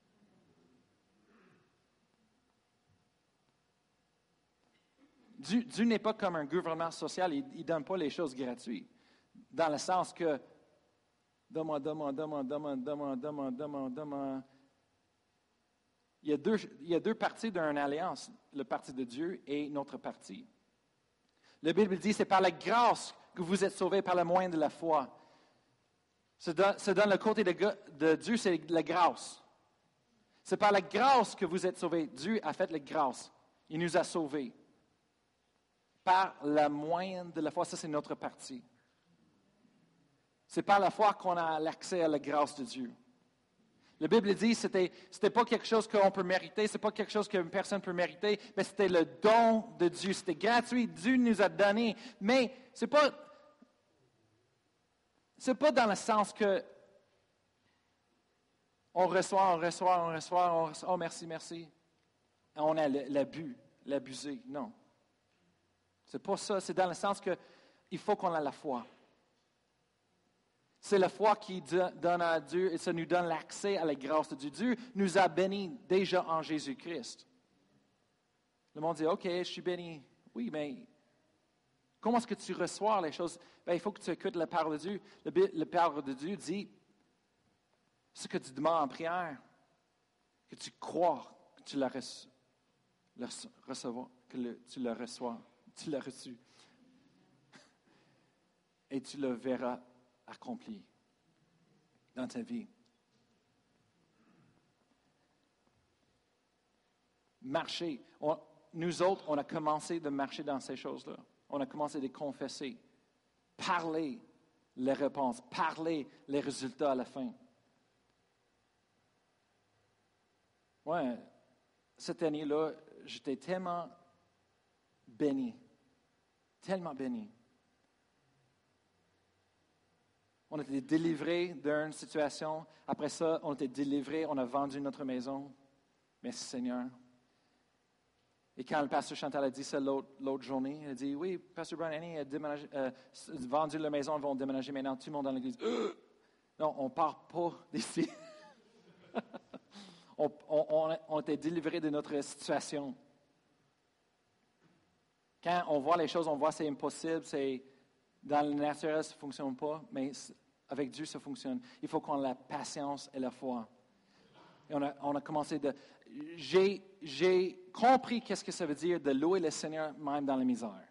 Speaker 2: Dieu, Dieu n'est pas comme un gouvernement social, il ne donne pas les choses gratuites. Dans le sens que, donne-moi, donne-moi, donne-moi, donne-moi, donne-moi, donne-moi, donne-moi, donne-moi. Il y a deux, il y a deux parties d'une alliance, le parti de Dieu et notre parti. La Bible dit, c'est par la grâce que vous êtes sauvés par le moyen de la foi. C'est dans, c'est dans le côté de, de Dieu, c'est la grâce. C'est par la grâce que vous êtes sauvés. Dieu a fait la grâce. Il nous a sauvés. Par la moyenne de la foi, ça c'est notre partie.
Speaker 1: C'est par la foi qu'on a l'accès à la grâce de Dieu. La Bible dit que ce n'était pas quelque chose qu'on peut mériter, ce n'est pas quelque chose qu'une personne peut mériter, mais c'était le don de Dieu. C'était gratuit, Dieu nous a donné. Mais ce n'est pas, c'est pas dans le sens que on reçoit, on reçoit, on reçoit, on reçoit, oh merci, merci. On a l'abus, l'abusé. Non. C'est pas ça, c'est dans le sens qu'il faut qu'on ait la foi. C'est la foi qui donne à Dieu et ça nous donne l'accès à la grâce de Dieu. Dieu nous a bénis déjà en Jésus-Christ. Le monde dit, OK, je suis béni. Oui, mais comment est-ce que tu reçois les choses? Bien, il faut que tu écoutes la parole de Dieu. Le, la parole de Dieu dit, ce que tu demandes en prière, que tu crois que tu l'as reçu, le recevoir, que le, tu l'as reçois, tu l'as reçu. Et tu le verras accompli dans ta vie. Marcher. On, nous autres, on a commencé de marcher dans ces choses-là. On a commencé de confesser, parler les réponses, parler les résultats à la fin. Ouais, cette année-là, j'étais tellement béni, tellement béni. On a été délivrés d'une situation. Après ça, on a été délivrés, on a vendu notre maison. Merci Seigneur. Et quand le pasteur Chantal a dit ça l'autre, l'autre journée, il a dit, oui, pasteur Brian Annie a déménagé, euh, vendu la maison, ils vont déménager maintenant, tout le monde dans l'église. Euh! Non, on ne part pas d'ici. on, on, on, on a été délivrés de notre situation. Quand on voit les choses, on voit que c'est impossible, c'est dans le naturel, ça ne fonctionne pas, mais avec Dieu, ça fonctionne. Il faut qu'on ait la patience et la foi. Et on a, on a commencé de... J'ai, j'ai compris qu'est-ce que ça veut dire de louer le Seigneur même dans la misère.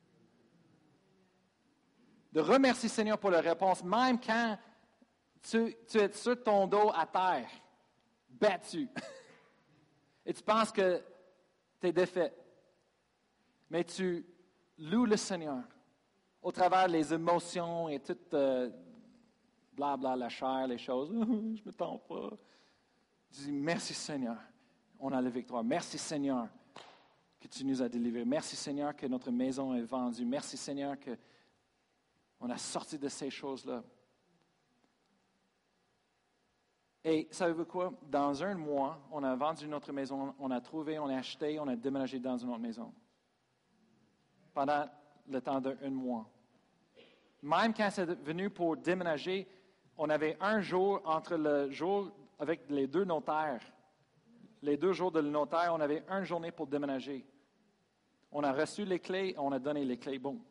Speaker 1: De remercier le Seigneur pour la réponse, même quand tu, tu es sur ton dos à terre, battu, et tu penses que tu es défait. Mais tu loues le Seigneur au travers des émotions et tout, euh, blabla, la chair, les choses. Je ne me tente pas. Tu dis, merci Seigneur, on a la victoire. Merci Seigneur que tu nous as délivrés. Merci Seigneur que notre maison est vendue. Merci Seigneur qu'on a sorti de ces choses-là. Et savez-vous quoi? Dans un mois, on a vendu notre maison, on a trouvé, on a acheté, on a déménagé dans une autre maison. Pendant le temps d'un mois. Même quand c'est venu pour déménager, on avait un jour entre le jour avec les deux notaires. Les deux jours de le notaire, on avait une journée pour déménager. On a reçu les clés, on a donné les clés, bon.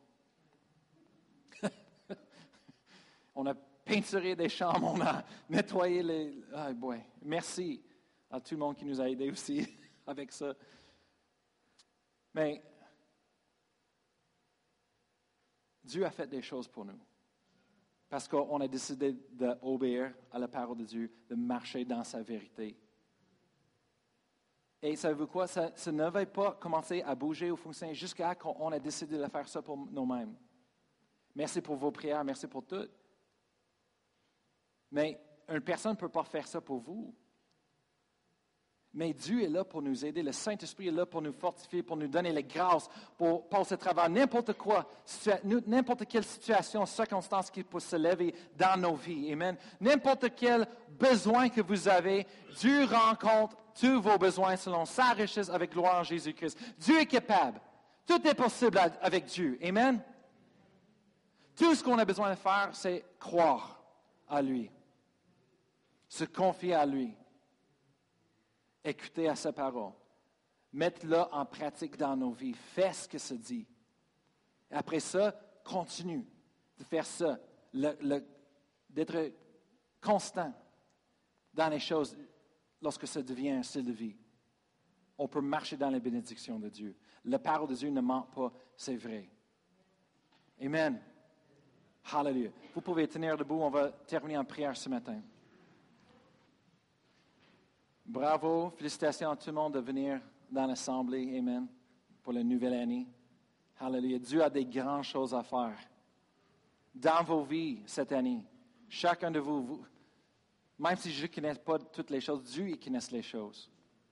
Speaker 1: On a peinturé des chambres, on a nettoyé les... Ah, boy. Merci à tout le monde qui nous a aidés aussi avec ça. Mais Dieu a fait des choses pour nous. Parce qu'on a décidé d'obéir à la parole de Dieu, de marcher dans sa vérité. Et savez-vous quoi? Ça, ça ne va pas commencer à bouger ou fonctionner jusqu'à ce qu'on a décidé de faire ça pour nous-mêmes. Merci pour vos prières, merci pour tout. Mais une personne ne peut pas faire ça pour vous. Mais Dieu est là pour nous aider. Le Saint-Esprit est là pour nous fortifier, pour nous donner la grâce, pour passer à travers n'importe quoi, n'importe quelle situation, circonstance qui peut se lever dans nos vies. Amen. N'importe quel besoin que vous avez, Dieu rencontre tous vos besoins selon sa richesse avec gloire en Jésus-Christ. Dieu est capable. Tout est possible avec Dieu. Amen. Tout ce qu'on a besoin de faire, c'est croire à lui. Se confier à lui. Écoutez à sa parole. Mettez-la en pratique dans nos vies. Fais ce que ça dit. Et après ça, continue de faire ça. Le, le, d'être constant dans les choses lorsque ça devient un style de vie. On peut marcher dans les bénédictions de Dieu. La parole de Dieu ne ment pas, c'est vrai. Amen. Hallelujah. Vous pouvez tenir debout, on va terminer en prière ce matin. Bravo, félicitations à tout le monde de venir dans l'Assemblée, amen, pour la nouvelle année. Hallelujah. Dieu a des grandes choses à faire dans vos vies cette année. Chacun de vous, vous même si je ne connais pas toutes les choses, Dieu, il connaît les choses.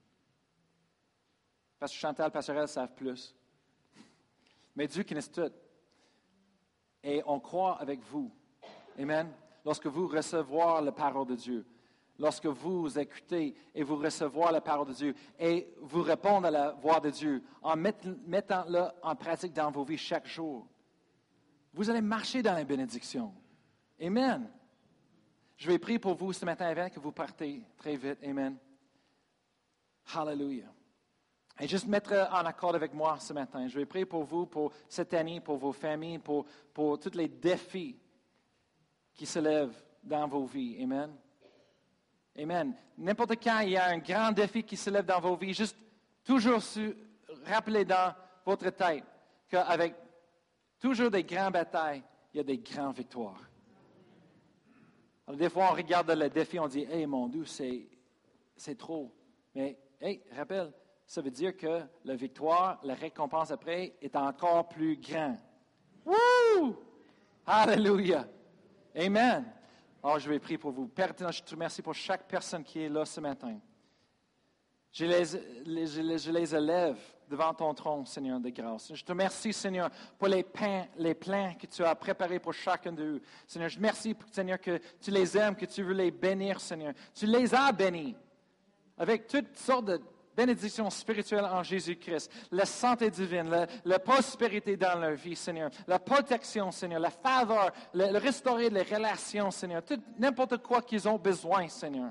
Speaker 1: Parce que Chantal, Pastorelle savent plus. Mais Dieu connaît tout. Et on croit avec vous. Amen. Lorsque vous recevez la parole de Dieu, lorsque vous écoutez et vous recevez la parole de Dieu et vous répondez à la voix de Dieu en mettant-la en pratique dans vos vies chaque jour, vous allez marcher dans la bénédiction. Amen. Je vais prier pour vous ce matin avant que vous partez très vite. Amen. Hallelujah. Et juste mettre en accord avec moi ce matin. Je vais prier pour vous, pour cette année, pour vos familles, pour, pour tous les défis qui se lèvent dans vos vies. Amen. Amen. N'importe quand il y a un grand défi qui se lève dans vos vies, juste toujours su, rappelez dans votre tête qu'avec toujours des grandes batailles, il y a des grandes victoires. Alors, des fois, on regarde le défi, on dit, « Hey, mon Dieu, c'est, c'est trop. » Mais, hey, rappelle, ça veut dire que la victoire, la récompense après, est encore plus grande. Wouh! Hallelujah! Amen! Alors, je vais prier pour vous. Père, je te remercie pour chaque personne qui est là ce matin. Je les, je les, je les élève devant ton trône, Seigneur de grâce. Je te remercie, Seigneur, pour les pains, les plans que tu as préparés pour chacun d'eux. Seigneur, je te remercie, Seigneur, que tu les aimes, que tu veux les bénir, Seigneur. Tu les as bénis avec toutes sortes de bénédictions spirituelles en Jésus-Christ. La santé divine, la, la prospérité dans leur vie, Seigneur. La protection, Seigneur. La faveur, le, le restaurer les relations, Seigneur. Tout, n'importe quoi qu'ils ont besoin, Seigneur.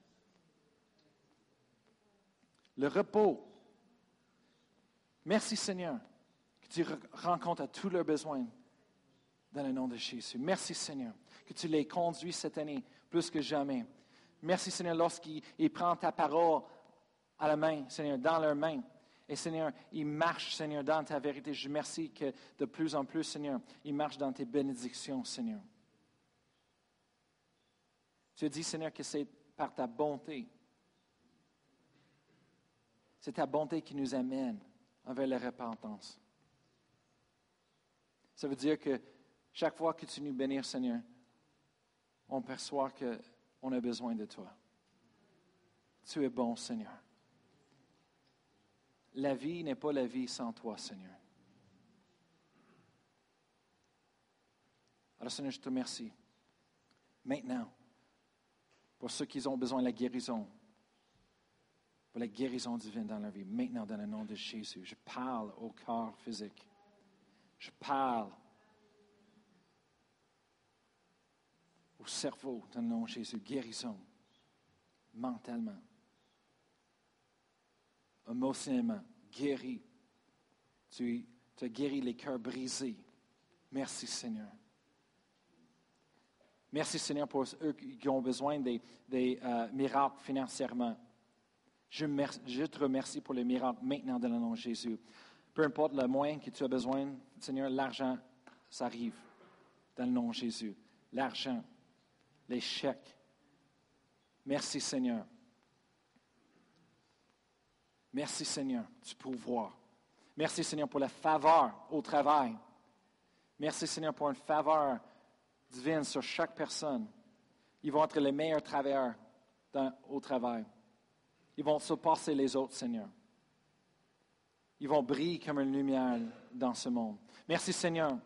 Speaker 1: Le repos. Merci, Seigneur, que tu rencontres à tous leurs besoins dans le nom de Jésus. Merci, Seigneur, que tu les conduis cette année plus que jamais. Merci, Seigneur, lorsqu'ils prennent ta parole à la main, Seigneur, dans leurs mains. Et, Seigneur, ils marchent, Seigneur, dans ta vérité. Je remercie que de plus en plus, Seigneur, ils marchent dans tes bénédictions, Seigneur. Tu as dit, Seigneur, que c'est par ta bonté. C'est ta bonté qui nous amène envers la repentance. Ça veut dire que chaque fois que tu nous bénis, Seigneur, on perçoit qu'on a besoin de toi. Tu es bon, Seigneur. La vie n'est pas la vie sans toi, Seigneur. Alors, Seigneur, je te remercie. Maintenant, pour ceux qui ont besoin de la guérison, pour la guérison divine dans leur vie, maintenant, dans le nom de Jésus, je parle au corps physique. Je parle au cerveau, dans le nom de Jésus, guérison, mentalement, émotionnellement, guéri. Tu, tu as guéri les cœurs brisés. Merci, Seigneur. Merci, Seigneur, pour eux qui ont besoin des, des euh, miracles financièrement. Je, merci, je te remercie pour les miracles maintenant dans le nom de Jésus. Peu importe le moyen que tu as besoin, Seigneur, l'argent, ça arrive dans le nom de Jésus. L'argent, les chèques. Merci, Seigneur. Merci, Seigneur, du pouvoir. Merci, Seigneur, pour la faveur au travail. Merci, Seigneur, pour une faveur divine sur chaque personne. Ils vont être les meilleurs travailleurs dans, au travail. Ils vont surpasser les autres, Seigneur. Ils vont briller comme une lumière dans ce monde. Merci, Seigneur,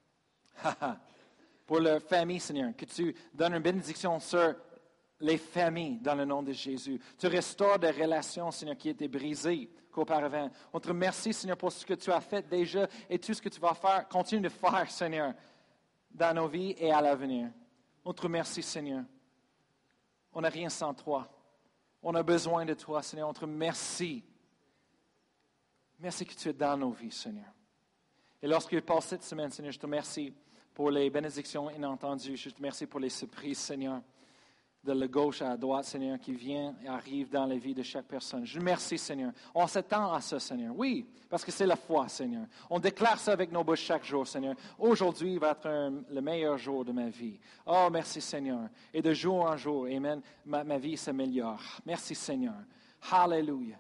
Speaker 1: pour leur famille, Seigneur, que tu donnes une bénédiction sur les familles dans le nom de Jésus. Tu restaures des relations, Seigneur, qui étaient brisées qu'auparavant. On te remercie, Seigneur, pour ce que tu as fait déjà et tout ce que tu vas faire, continue de faire, Seigneur, dans nos vies et à l'avenir. On te remercie, Seigneur. On n'a rien sans toi. On a besoin de toi, Seigneur. On te remercie. Merci que tu es dans nos vies, Seigneur. Et lorsque je passe cette semaine, Seigneur, je te remercie pour les bénédictions inentendues. Je te remercie pour les surprises, Seigneur, de la gauche à la droite, Seigneur, qui vient et arrive dans la vie de chaque personne. Je te remercie, Seigneur. On s'attend à ça, Seigneur. Oui, parce que c'est la foi, Seigneur. On déclare ça avec nos bouches chaque jour, Seigneur. Aujourd'hui va être un, le meilleur jour de ma vie. Oh, merci, Seigneur. Et de jour en jour, amen, ma, ma vie s'améliore. Merci, Seigneur. Hallelujah.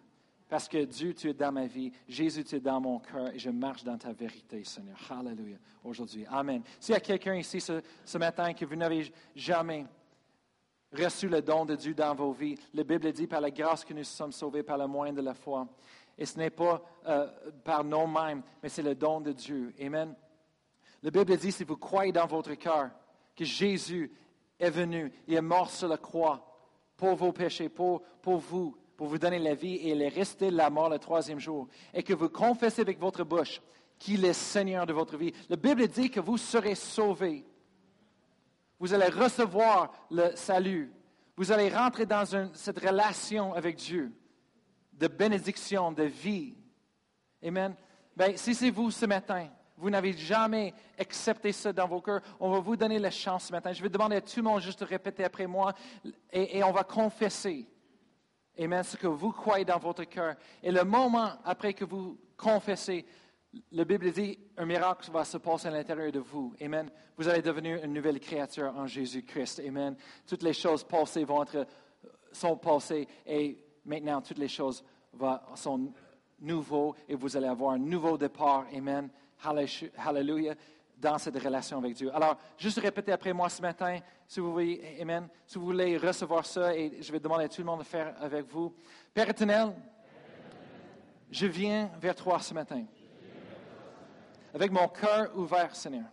Speaker 1: Parce que Dieu, tu es dans ma vie. Jésus, tu es dans mon cœur et je marche dans ta vérité, Seigneur. Hallelujah. Aujourd'hui. Amen. S'il y a quelqu'un ici ce, ce matin que vous n'avez jamais reçu le don de Dieu dans vos vies, la Bible dit par la grâce que nous sommes sauvés par le moyen de la foi. Et ce n'est pas euh, par nous-mêmes, mais c'est le don de Dieu. Amen. La Bible dit, si vous croyez dans votre cœur que Jésus est venu, il est mort sur la croix pour vos péchés, pour, pour vous, pour vous donner la vie, et il est resté la mort le troisième jour, et que vous confessez avec votre bouche qu'il est Seigneur de votre vie, la Bible dit que vous serez sauvés. Vous allez recevoir le salut. Vous allez rentrer dans une, cette relation avec Dieu, de bénédiction, de vie. Amen. Bien, si c'est vous ce matin, vous n'avez jamais accepté ça dans vos cœurs, on va vous donner la chance ce matin. Je vais demander à tout le monde juste de répéter après moi, et, et on va confesser. Amen, ce que vous croyez dans votre cœur. Et le moment après que vous confessez, la Bible dit, un miracle va se passer à l'intérieur de vous. Amen. Vous allez devenir une nouvelle créature en Jésus-Christ. Amen. Toutes les choses passées vont être, sont passées et maintenant toutes les choses va, sont nouvelles et vous allez avoir un nouveau départ. Amen. Hallelujah. Dans cette relation avec Dieu. Alors, juste répétez après moi ce matin, si vous voulez, amen, si vous voulez recevoir ça, et je vais demander à tout le monde de faire avec vous. Père éternel, je viens vers toi ce matin, avec mon cœur ouvert, Seigneur.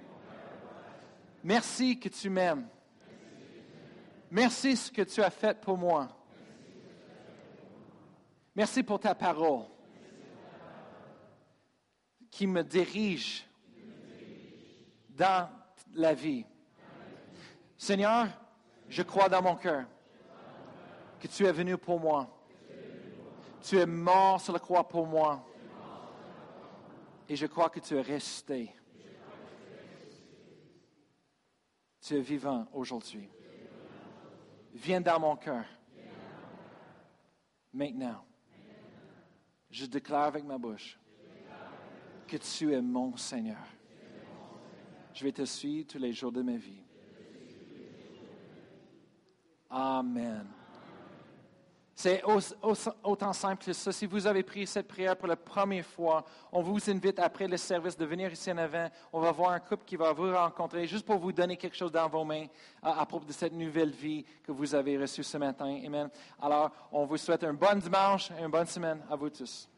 Speaker 1: Merci que tu m'aimes. Merci ce que tu as fait pour moi. Merci pour ta parole qui me dirige dans la vie. Seigneur, je crois dans mon cœur que tu es venu pour moi. Tu es mort sur la croix pour moi. Et je crois que tu es resté. Tu es vivant aujourd'hui. Viens dans mon cœur. Maintenant, je déclare avec ma bouche que tu es mon Seigneur. Je vais te suivre tous les jours de ma vie. Amen. C'est autant simple que ça. Si vous avez pris cette prière pour la première fois, on vous invite après le service de venir ici en avant. On va voir un couple qui va vous rencontrer juste pour vous donner quelque chose dans vos mains à, à propos de cette nouvelle vie que vous avez reçue ce matin. Amen. Alors, on vous souhaite un bon dimanche et une bonne semaine à vous tous.